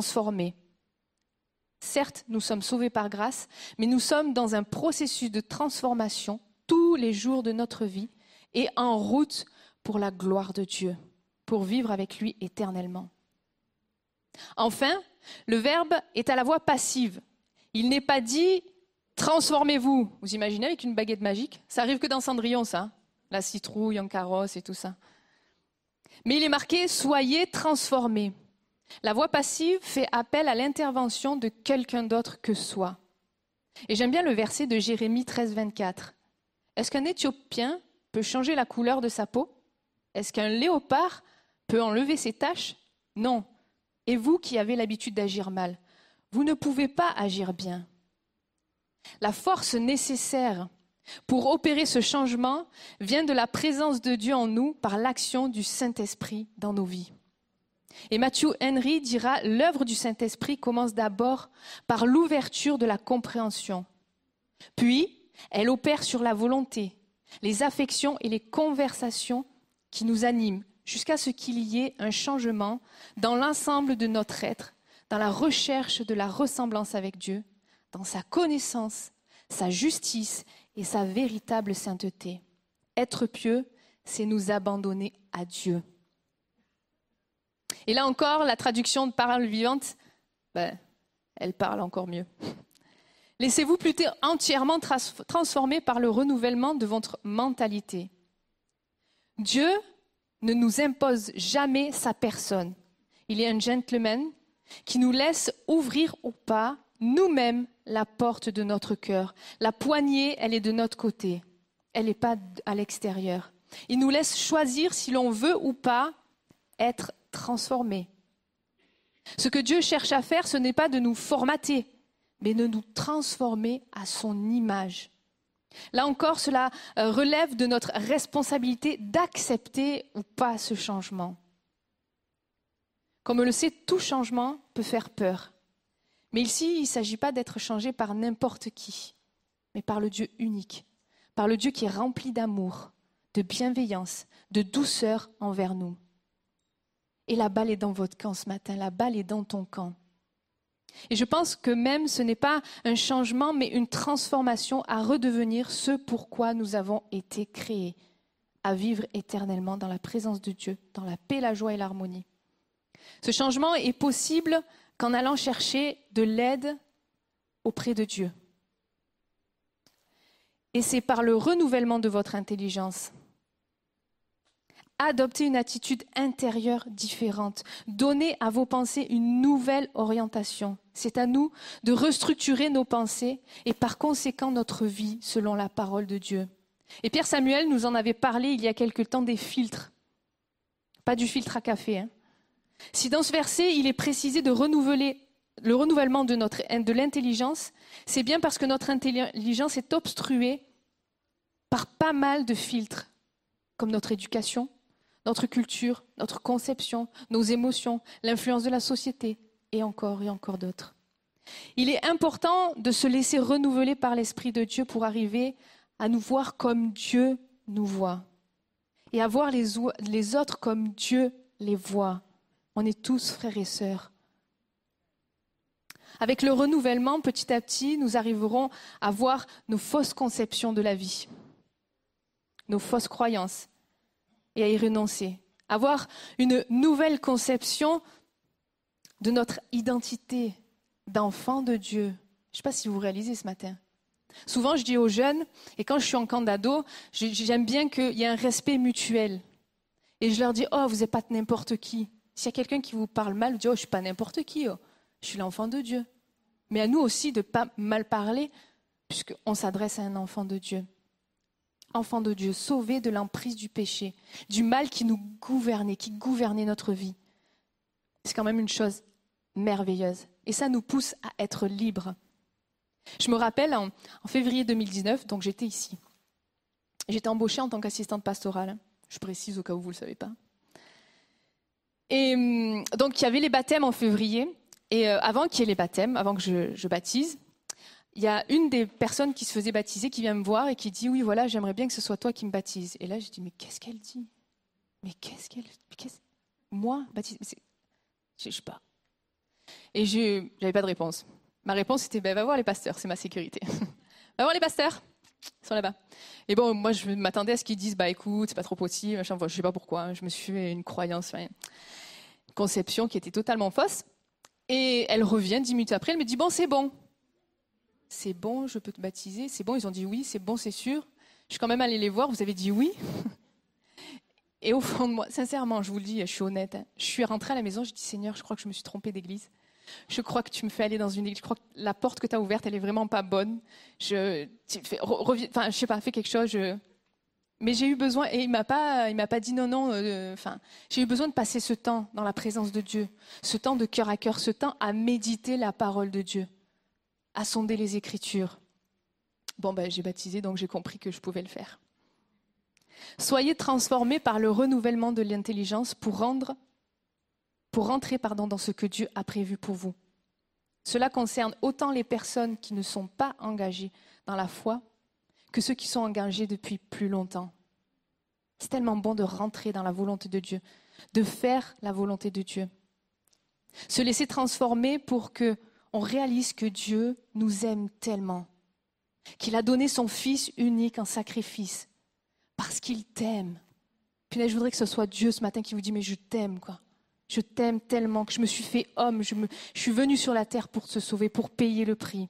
Certes, nous sommes sauvés par grâce, mais nous sommes dans un processus de transformation tous les jours de notre vie et en route pour la gloire de Dieu, pour vivre avec lui éternellement. Enfin, le verbe est à la voix passive. Il n'est pas dit « transformez-vous ». Vous imaginez avec une baguette magique? Ça arrive que dans Cendrillon, ça. La citrouille en carrosse et tout ça. Mais il est marqué « soyez transformés ». La voix passive fait appel à l'intervention de quelqu'un d'autre que soi. Et j'aime bien le verset de Jérémie treize, vingt-quatre. Est-ce qu'un Éthiopien peut changer la couleur de sa peau? Est-ce qu'un léopard peut enlever ses taches? Non. Et vous qui avez l'habitude d'agir mal, vous ne pouvez pas agir bien. La force nécessaire pour opérer ce changement vient de la présence de Dieu en nous par l'action du Saint-Esprit dans nos vies. Et Matthew Henry dira « L'œuvre du Saint-Esprit commence d'abord par l'ouverture de la compréhension. Puis, elle opère sur la volonté, les affections et les conversations qui nous animent, jusqu'à ce qu'il y ait un changement dans l'ensemble de notre être, dans la recherche de la ressemblance avec Dieu, dans sa connaissance, sa justice et sa véritable sainteté. Être pieux, c'est nous abandonner à Dieu. Et là encore, la traduction de parole vivante, ben, elle parle encore mieux. Laissez-vous plutôt entièrement trans- transformer par le renouvellement de votre mentalité. Dieu ne nous impose jamais sa personne. Il est un gentleman qui nous laisse ouvrir ou pas nous-mêmes la porte de notre cœur. La poignée, elle est de notre côté. Elle n'est pas à l'extérieur. Il nous laisse choisir si l'on veut ou pas être transformé. Ce que Dieu cherche à faire, ce n'est pas de nous formater, mais de nous transformer à son image. Là encore, cela relève de notre responsabilité d'accepter ou pas ce changement. Comme on le sait, tout changement peut faire peur. Mais ici, il ne s'agit pas d'être changé par n'importe qui, mais par le Dieu unique, par le Dieu qui est rempli d'amour, de bienveillance, de douceur envers nous. Et la balle est dans votre camp ce matin, la balle est dans ton camp. Et je pense que même ce n'est pas un changement, mais une transformation à redevenir ce pourquoi nous avons été créés, à vivre éternellement dans la présence de Dieu, dans la paix, la joie et l'harmonie. Ce changement est possible qu'en allant chercher de l'aide auprès de Dieu. Et c'est par le renouvellement de votre intelligence. Adoptez une attitude intérieure différente. Donnez à vos pensées une nouvelle orientation. C'est à nous de restructurer nos pensées et par conséquent notre vie selon la parole de Dieu. Et Pierre Samuel nous en avait parlé il y a quelque temps des filtres. Pas du filtre à café. Hein. Si dans ce verset, il est précisé de renouveler le renouvellement de, notre, de l'intelligence, c'est bien parce que notre intelligence est obstruée par pas mal de filtres, comme notre éducation, notre culture, notre conception, nos émotions, l'influence de la société, et encore et encore d'autres. Il est important de se laisser renouveler par l'Esprit de Dieu pour arriver à nous voir comme Dieu nous voit, et à voir les, les autres comme Dieu les voit. On est tous frères et sœurs. Avec le renouvellement, petit à petit, nous arriverons à voir nos fausses conceptions de la vie, nos fausses croyances, et à y renoncer. Avoir une nouvelle conception de notre identité d'enfant de Dieu. Je ne sais pas si vous réalisez ce matin. Souvent, je dis aux jeunes, et quand je suis en camp d'ado, j'aime bien qu'il y ait un respect mutuel. Et je leur dis, oh, vous n'êtes pas n'importe qui. S'il y a quelqu'un qui vous parle mal, vous dites, oh, je ne suis pas n'importe qui, oh. Je suis l'enfant de Dieu. Mais à nous aussi de ne pas mal parler, puisqu'on s'adresse à un enfant de Dieu. Enfant de Dieu, sauvé de l'emprise du péché, du mal qui nous gouvernait, qui gouvernait notre vie. C'est quand même une chose merveilleuse. Et ça nous pousse à être libres. Je me rappelle, en, en février deux mille dix-neuf, donc j'étais ici. J'étais embauchée en tant qu'assistante pastorale. Je précise au cas où vous ne le savez pas. Et donc, il y avait les baptêmes en février. Et euh, avant qu'il y ait les baptêmes, avant que je, je baptise, il y a une des personnes qui se faisait baptiser qui vient me voir et qui dit « Oui, voilà, j'aimerais bien que ce soit toi qui me baptise. » Et là, je dis « Mais qu'est-ce qu'elle dit ? Mais qu'est-ce qu'elle... Qu'est-ce... Moi, baptise... » Je ne sais pas. Et je n'avais pas de réponse. Ma réponse, c'était bah, « Va voir les pasteurs, c'est ma sécurité. » Va voir les pasteurs, ils sont là-bas. Et bon, moi, je m'attendais à ce qu'ils disent « Bah écoute, c'est pas trop possible. » Je ne sais pas pourquoi. Je me suis fait une croyance, une conception qui était totalement fausse. Et elle revient dix minutes après, elle me dit « Bon, c'est bon. » C'est bon, je peux te baptiser. C'est bon, ils ont dit oui, c'est bon, c'est sûr. Je suis quand même allée les voir, vous avez dit oui. Et au fond de moi, sincèrement, je vous le dis, je suis honnête. Hein, je suis rentrée à la maison, je dis Seigneur, je crois que je me suis trompée d'église. Je crois que tu me fais aller dans une église. Je crois que la porte que tu as ouverte, elle est vraiment pas bonne. Je, fais, reviens, enfin, je sais pas, fais quelque chose. Je... Mais j'ai eu besoin, et il m'a pas, il m'a pas dit non, non. Euh, enfin, j'ai eu besoin de passer ce temps dans la présence de Dieu, ce temps de cœur à cœur, ce temps à méditer la parole de Dieu, à sonder les Écritures. Bon, ben, j'ai baptisé, donc j'ai compris que je pouvais le faire. Soyez transformés par le renouvellement de l'intelligence pour rendre, pour rentrer, pardon, dans ce que Dieu a prévu pour vous. Cela concerne autant les personnes qui ne sont pas engagées dans la foi que ceux qui sont engagés depuis plus longtemps. C'est tellement bon de rentrer dans la volonté de Dieu, de faire la volonté de Dieu. Se laisser transformer pour que on réalise que Dieu nous aime tellement, qu'il a donné son Fils unique en sacrifice, parce qu'il t'aime. Puis je voudrais que ce soit Dieu ce matin qui vous dit, mais je t'aime, quoi. Je t'aime tellement que je me suis fait homme, je, me, je suis venu sur la terre pour te sauver, pour payer le prix.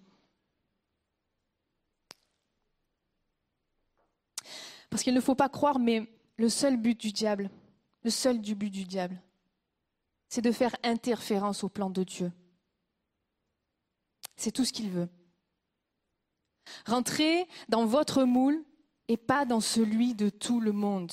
Parce qu'il ne faut pas croire, mais le seul but du diable, le seul du but du diable, c'est de faire interférence au plan de Dieu. C'est tout ce qu'il veut. Rentrez dans votre moule et pas dans celui de tout le monde.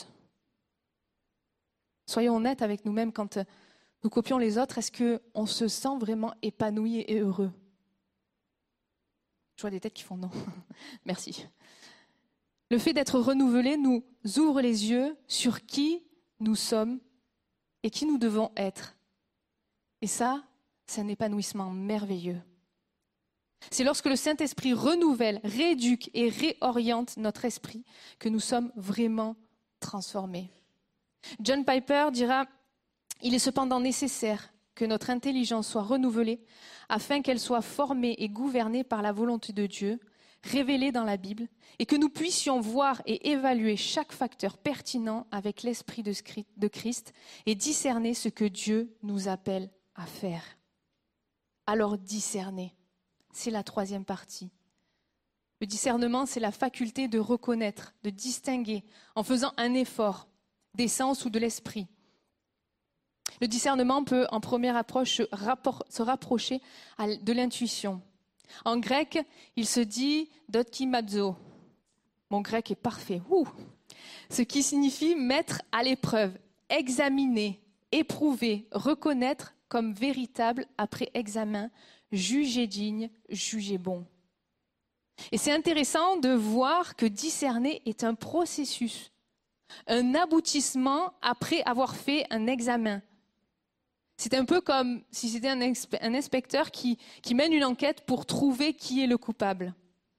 Soyons honnêtes avec nous-mêmes quand nous copions les autres, est-ce qu'on se sent vraiment épanoui et heureux? Je vois des têtes qui font non. Merci. Le fait d'être renouvelé nous ouvre les yeux sur qui nous sommes et qui nous devons être. Et ça, c'est un épanouissement merveilleux. C'est lorsque le Saint-Esprit renouvelle, rééduque et réoriente notre esprit que nous sommes vraiment transformés. John Piper dira « Il est cependant nécessaire que notre intelligence soit renouvelée afin qu'elle soit formée et gouvernée par la volonté de Dieu, révélée dans la Bible, et que nous puissions voir et évaluer chaque facteur pertinent avec l'Esprit de Christ et discerner ce que Dieu nous appelle à faire. » Alors discerner, c'est la troisième partie. Le discernement, c'est la faculté de reconnaître, de distinguer, en faisant un effort des sens ou de l'esprit. Le discernement peut, en première approche, se, rapport, se rapprocher à, de l'intuition. En grec, il se dit « dokimazo ». Mon grec est parfait. Ouh. Ce qui signifie mettre à l'épreuve, examiner, éprouver, reconnaître comme véritable après examen, juger digne, juger bon. Et c'est intéressant de voir que discerner est un processus, un aboutissement après avoir fait un examen. C'est un peu comme si c'était un, exp- un inspecteur qui, qui mène une enquête pour trouver qui est le coupable.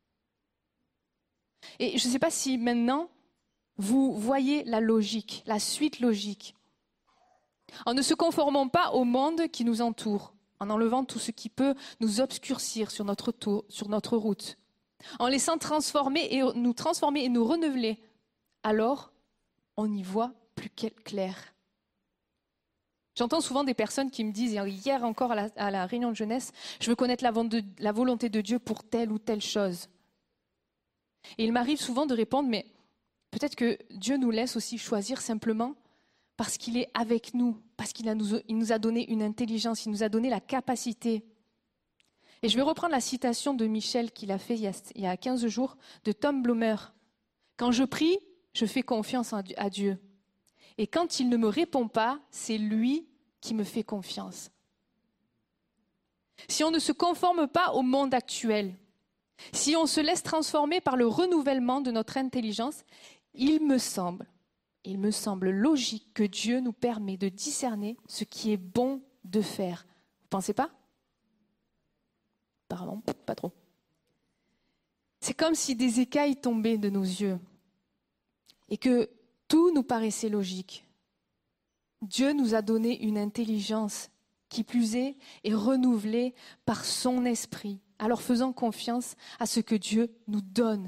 Et je ne sais pas si maintenant vous voyez la logique, la suite logique. En ne se conformant pas au monde qui nous entoure, en enlevant tout ce qui peut nous obscurcir sur notre, tour, sur notre route, en laissant transformer et nous transformer et nous renouveler, alors on y voit plus clair. J'entends souvent des personnes qui me disent, hier encore à la, à la réunion de jeunesse, je veux connaître la, de, la volonté de Dieu pour telle ou telle chose. Et il m'arrive souvent de répondre, mais peut-être que Dieu nous laisse aussi choisir simplement parce qu'il est avec nous, parce qu'il a nous, il nous a donné une intelligence, il nous a donné la capacité. Et je vais reprendre la citation de Michel qu'il a fait il y a, il y a quinze jours, de Tom Bloomer. Quand je prie, je fais confiance à Dieu. Et quand il ne me répond pas, c'est lui qui me fait confiance. Si on ne se conforme pas au monde actuel, si on se laisse transformer par le renouvellement de notre intelligence, il me semble, il me semble logique que Dieu nous permet de discerner ce qui est bon de faire. Vous ne pensez pas? Apparemment, pas trop. C'est comme si des écailles tombaient de nos yeux et que tout nous paraissait logique. Dieu nous a donné une intelligence qui plus est est renouvelée par son esprit. Alors faisons confiance à ce que Dieu nous donne.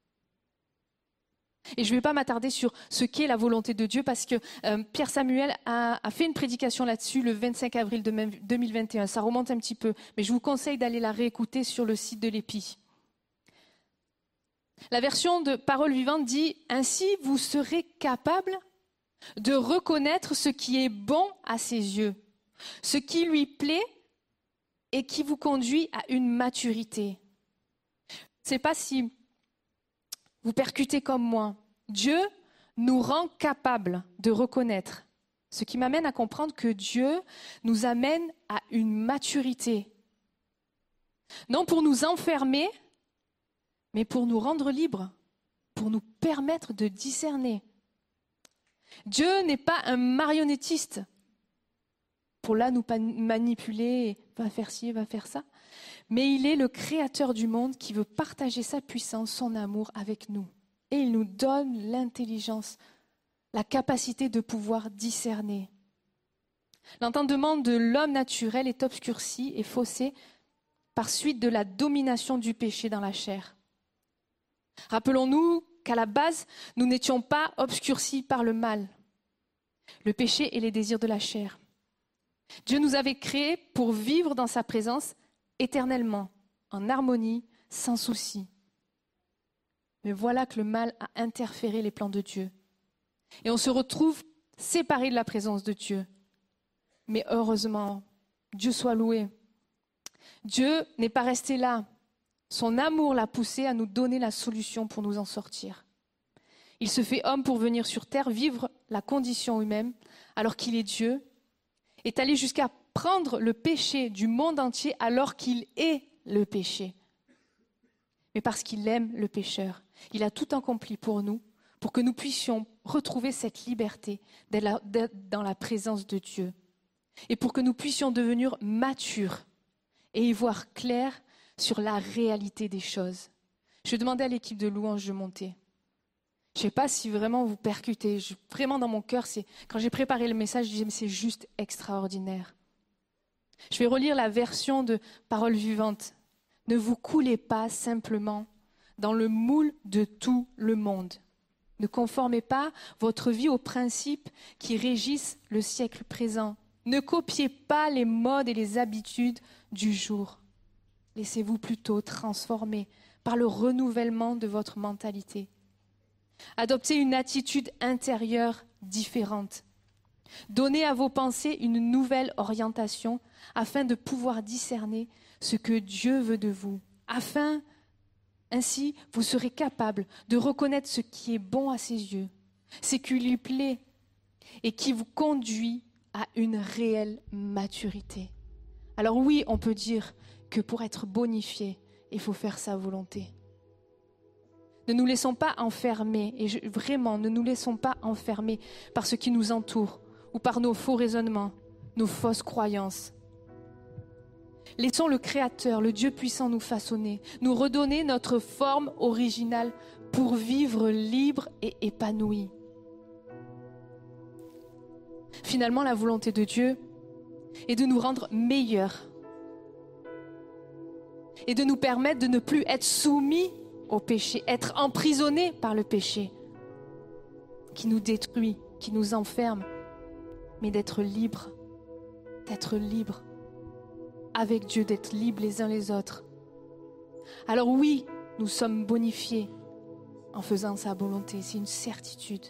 Et je ne vais pas m'attarder sur ce qu'est la volonté de Dieu parce que euh, Pierre Samuel a, a fait une prédication là-dessus le vingt-cinq avril deux mille vingt et un. Ça remonte un petit peu, mais je vous conseille d'aller la réécouter sur le site de l'Épi. La version de Parole vivante dit « Ainsi vous serez capables de reconnaître ce qui est bon à ses yeux, ce qui lui plaît et qui vous conduit à une maturité. » Je ne sais pas si vous percutez comme moi. Dieu nous rend capables de reconnaître, ce qui m'amène à comprendre que Dieu nous amène à une maturité. Non pour nous enfermer, mais pour nous rendre libres, pour nous permettre de discerner. Dieu n'est pas un marionnettiste pour là nous manipuler, va faire ci, va faire ça, mais il est le créateur du monde qui veut partager sa puissance, son amour avec nous. Et il nous donne l'intelligence, la capacité de pouvoir discerner. L'entendement de l'homme naturel est obscurci et faussé par suite de la domination du péché dans la chair. Rappelons-nous qu'à la base, nous n'étions pas obscurcis par le mal, le péché et les désirs de la chair. Dieu nous avait créés pour vivre dans sa présence éternellement, en harmonie, sans souci. Mais voilà que le mal a interféré les plans de Dieu. Et on se retrouve séparés de la présence de Dieu. Mais heureusement, Dieu soit loué. Dieu n'est pas resté là. Son amour l'a poussé à nous donner la solution pour nous en sortir. Il se fait homme pour venir sur terre, vivre la condition humaine, alors qu'il est Dieu, est allé jusqu'à prendre le péché du monde entier alors qu'il est le péché. Mais parce qu'il aime le pécheur, il a tout accompli pour nous, pour que nous puissions retrouver cette liberté d'être dans la présence de Dieu. Et pour que nous puissions devenir matures et y voir clair sur la réalité des choses. Je demandais à l'équipe de louange de monter. Je ne sais pas si vraiment vous percutez. Je, vraiment dans mon cœur, c'est, quand j'ai préparé le message, je disais mais c'est juste extraordinaire. Je vais relire la version de Parole vivante. Ne vous coulez pas simplement dans le moule de tout le monde. Ne conformez pas votre vie aux principes qui régissent le siècle présent. Ne copiez pas les modes et les habitudes du jour. Laissez-vous plutôt transformer par le renouvellement de votre mentalité. Adoptez une attitude intérieure différente. Donnez à vos pensées une nouvelle orientation afin de pouvoir discerner ce que Dieu veut de vous. Afin, ainsi, vous serez capable de reconnaître ce qui est bon à ses yeux, ce qui lui plaît et qui vous conduit à une réelle maturité. Alors oui, on peut dire que pour être bonifié, il faut faire sa volonté. Ne nous laissons pas enfermer, et je, vraiment, ne nous laissons pas enfermer par ce qui nous entoure ou par nos faux raisonnements, nos fausses croyances. Laissons le Créateur, le Dieu puissant nous façonner, nous redonner notre forme originale pour vivre libre et épanoui. Finalement, la volonté de Dieu est de nous rendre meilleurs et de nous permettre de ne plus être soumis au péché, être emprisonnés par le péché qui nous détruit, qui nous enferme, mais d'être libres, d'être libres avec Dieu, d'être libres les uns les autres. Alors oui, nous sommes bonifiés en faisant sa volonté, c'est une certitude.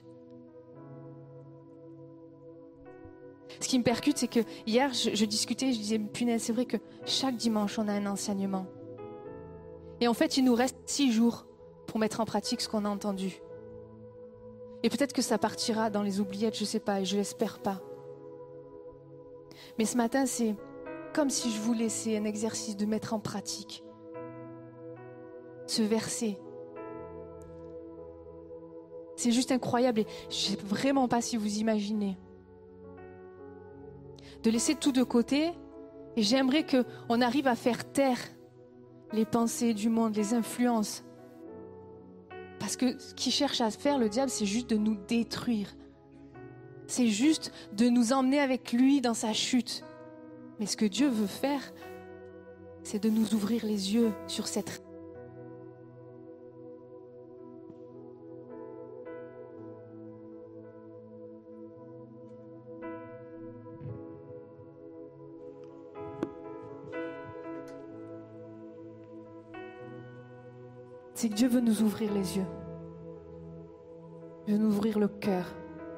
Ce qui me percute, c'est que hier, je, je discutais, je disais, punaise, c'est vrai que chaque dimanche, on a un enseignement. Et en fait, il nous reste six jours pour mettre en pratique ce qu'on a entendu. Et peut-être que ça partira dans les oubliettes, je ne sais pas, et je ne l'espère pas. Mais ce matin, c'est comme si je vous laissais un exercice de mettre en pratique ce verset. C'est juste incroyable et je ne sais vraiment pas si vous imaginez. De laisser tout de côté, et j'aimerais qu'on arrive à faire taire les pensées du monde, les influences. Parce que ce qu'il cherche à faire, le diable, c'est juste de nous détruire. C'est juste de nous emmener avec lui dans sa chute. Mais ce que Dieu veut faire, c'est de nous ouvrir les yeux sur cette c'est que Dieu veut nous ouvrir les yeux. Il veut nous ouvrir le cœur.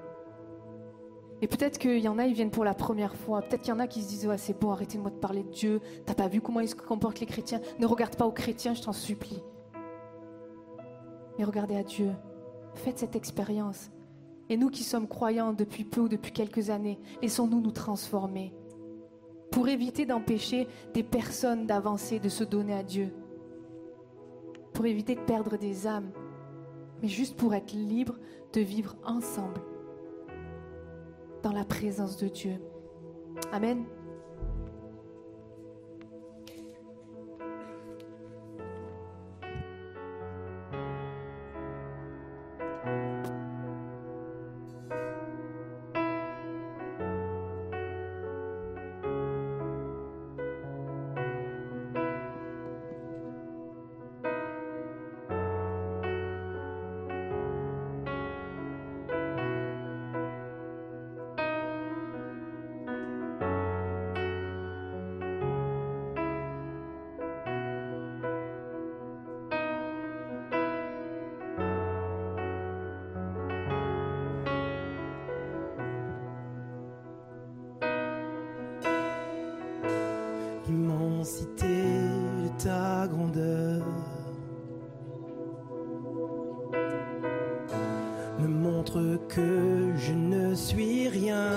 Et peut-être qu'il y en a, ils viennent pour la première fois. Peut-être qu'il y en a qui se disent, ouais, c'est bon, arrêtez-moi de parler de Dieu. T'as pas vu comment ils se comportent les chrétiens? Ne regarde pas aux chrétiens, je t'en supplie. Mais regardez à Dieu. Faites cette expérience. Et nous qui sommes croyants depuis peu ou depuis quelques années, laissons-nous nous transformer. Pour éviter d'empêcher des personnes d'avancer, de se donner à Dieu. Pour éviter de perdre des âmes, mais juste pour être libre de vivre ensemble dans la présence de Dieu. Amen. l'immensité de ta grandeur me montre que je ne suis rien.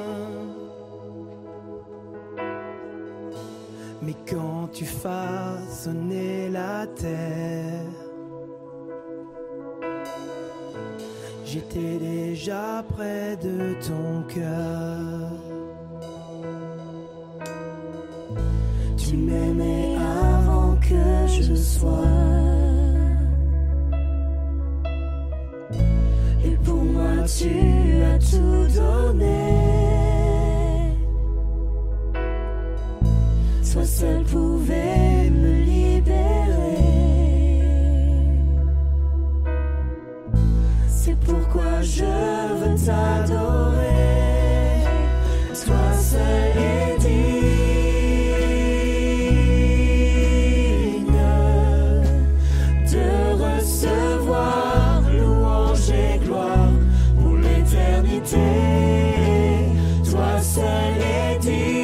Mais quand tu façonnais la terre, j'étais déjà près de ton cœur. Tu m'aimais avant que je sois. Et pour moi tu as tout donné. Toi seul pouvais me libérer. C'est pourquoi je veux t'adorer. Toi seul est digne de recevoir louange et gloire pour l'éternité. Toi seul est digne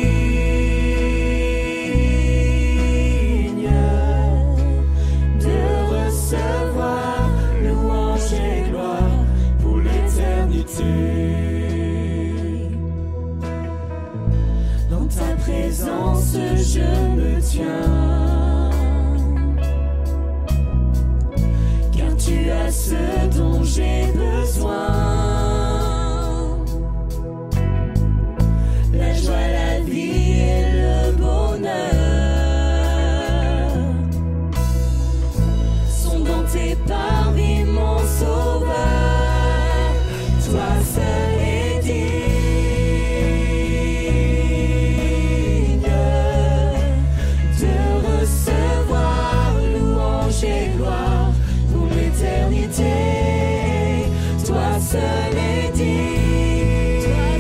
dans ta présence, je me tiens, car tu as ce dont j'ai besoin. La joie, la vie et le bonheur sont dans tes parvis, mon sauveur. Toi seul est digne de recevoir louange et gloire pour l'éternité. Toi seul est digne, toi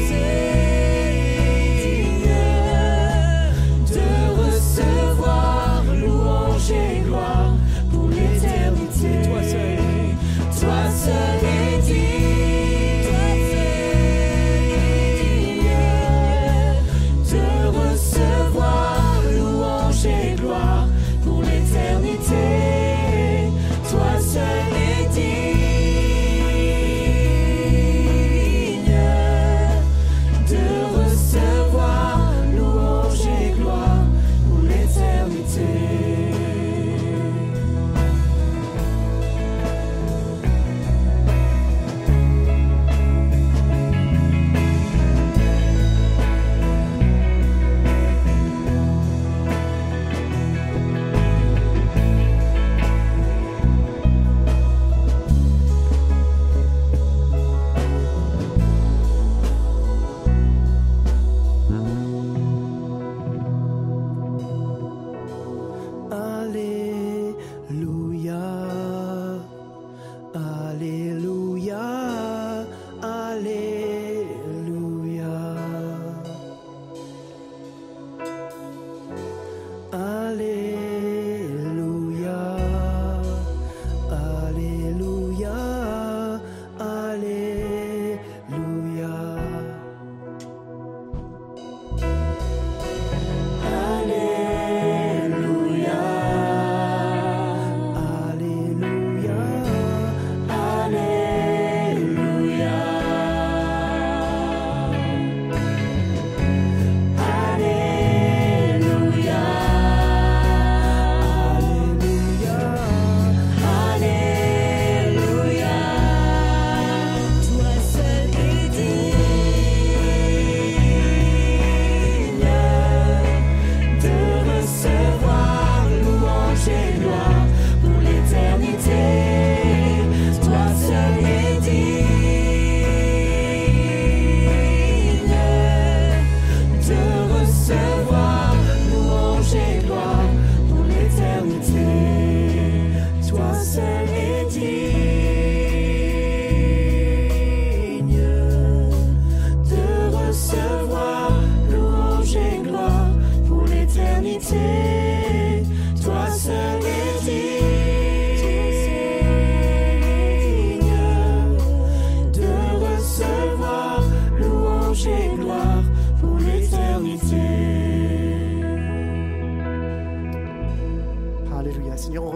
seul est digne de recevoir louange et gloire pour l'éternité. Toi seul, toi seul est digne. Toi seul est digne de recevoir louange et gloire pour l'éternité.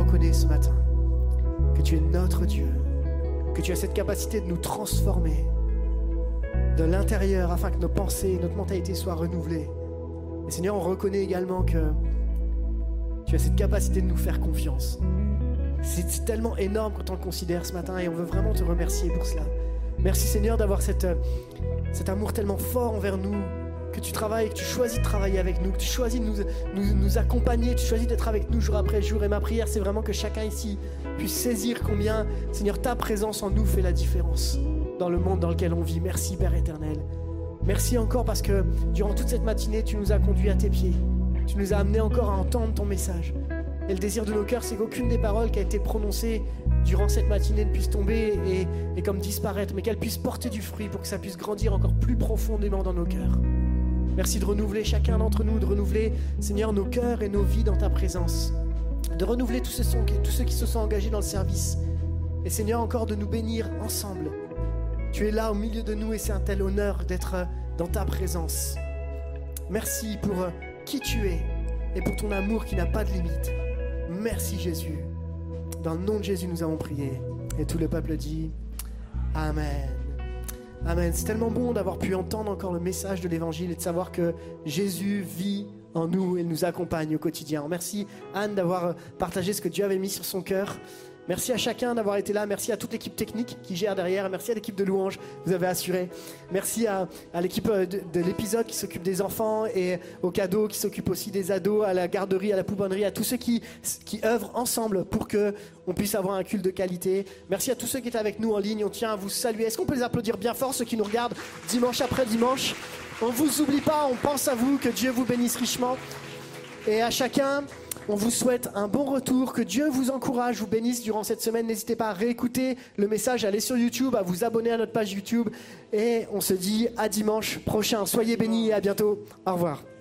reconnaît ce matin que tu es notre Dieu, que tu as cette capacité de nous transformer de l'intérieur afin que nos pensées, notre mentalité soient renouvelées. Et Seigneur, on reconnaît également que tu as cette capacité de nous faire confiance. C'est, c'est tellement énorme quand on le considère ce matin et on veut vraiment te remercier pour cela. Merci Seigneur d'avoir cette, cet amour tellement fort envers nous, que tu travailles, que tu choisis de travailler avec nous, que tu choisis de nous, nous, nous accompagner, tu choisis d'être avec nous jour après jour. Et ma prière, c'est vraiment que chacun ici puisse saisir combien, Seigneur, ta présence en nous fait la différence dans le monde dans lequel on vit. Merci Père éternel. Merci encore parce que durant toute cette matinée, tu nous as conduits à tes pieds. Tu nous as amenés encore à entendre ton message. Et le désir de nos cœurs, c'est qu'aucune des paroles qui a été prononcée durant cette matinée ne puisse tomber et, et comme disparaître, mais qu'elle puisse porter du fruit pour que ça puisse grandir encore plus profondément dans nos cœurs. Merci de renouveler chacun d'entre nous, de renouveler, Seigneur, nos cœurs et nos vies dans ta présence. De renouveler tous ceux, tous ceux qui se sont engagés dans le service. Et Seigneur, encore de nous bénir ensemble. Tu es là au milieu de nous et c'est un tel honneur d'être dans ta présence. Merci pour qui tu es et pour ton amour qui n'a pas de limite. Merci Jésus. Dans le nom de Jésus, nous avons prié. Et tout le peuple dit Amen. Amen. C'est tellement bon d'avoir pu entendre encore le message de l'Évangile et de savoir que Jésus vit en nous et nous accompagne au quotidien. Merci Anne d'avoir partagé ce que Dieu avait mis sur son cœur. Merci à chacun d'avoir été là. Merci à toute l'équipe technique qui gère derrière. Merci à l'équipe de louange, vous avez assuré. Merci à, à l'équipe de, de l'épisode qui s'occupe des enfants et aux cadeaux, qui s'occupe aussi des ados, à la garderie, à la pouponnerie, à tous ceux qui, qui œuvrent ensemble pour qu'on puisse avoir un culte de qualité. Merci à tous ceux qui étaient avec nous en ligne. On tient à vous saluer. Est-ce qu'on peut les applaudir bien fort, ceux qui nous regardent dimanche après dimanche? On ne vous oublie pas, on pense à vous, que Dieu vous bénisse richement. Et à chacun, on vous souhaite un bon retour, que Dieu vous encourage, vous bénisse durant cette semaine. N'hésitez pas à réécouter le message, à aller sur YouTube, à vous abonner à notre page YouTube. Et on se dit à dimanche prochain. Soyez bénis et à bientôt. Au revoir.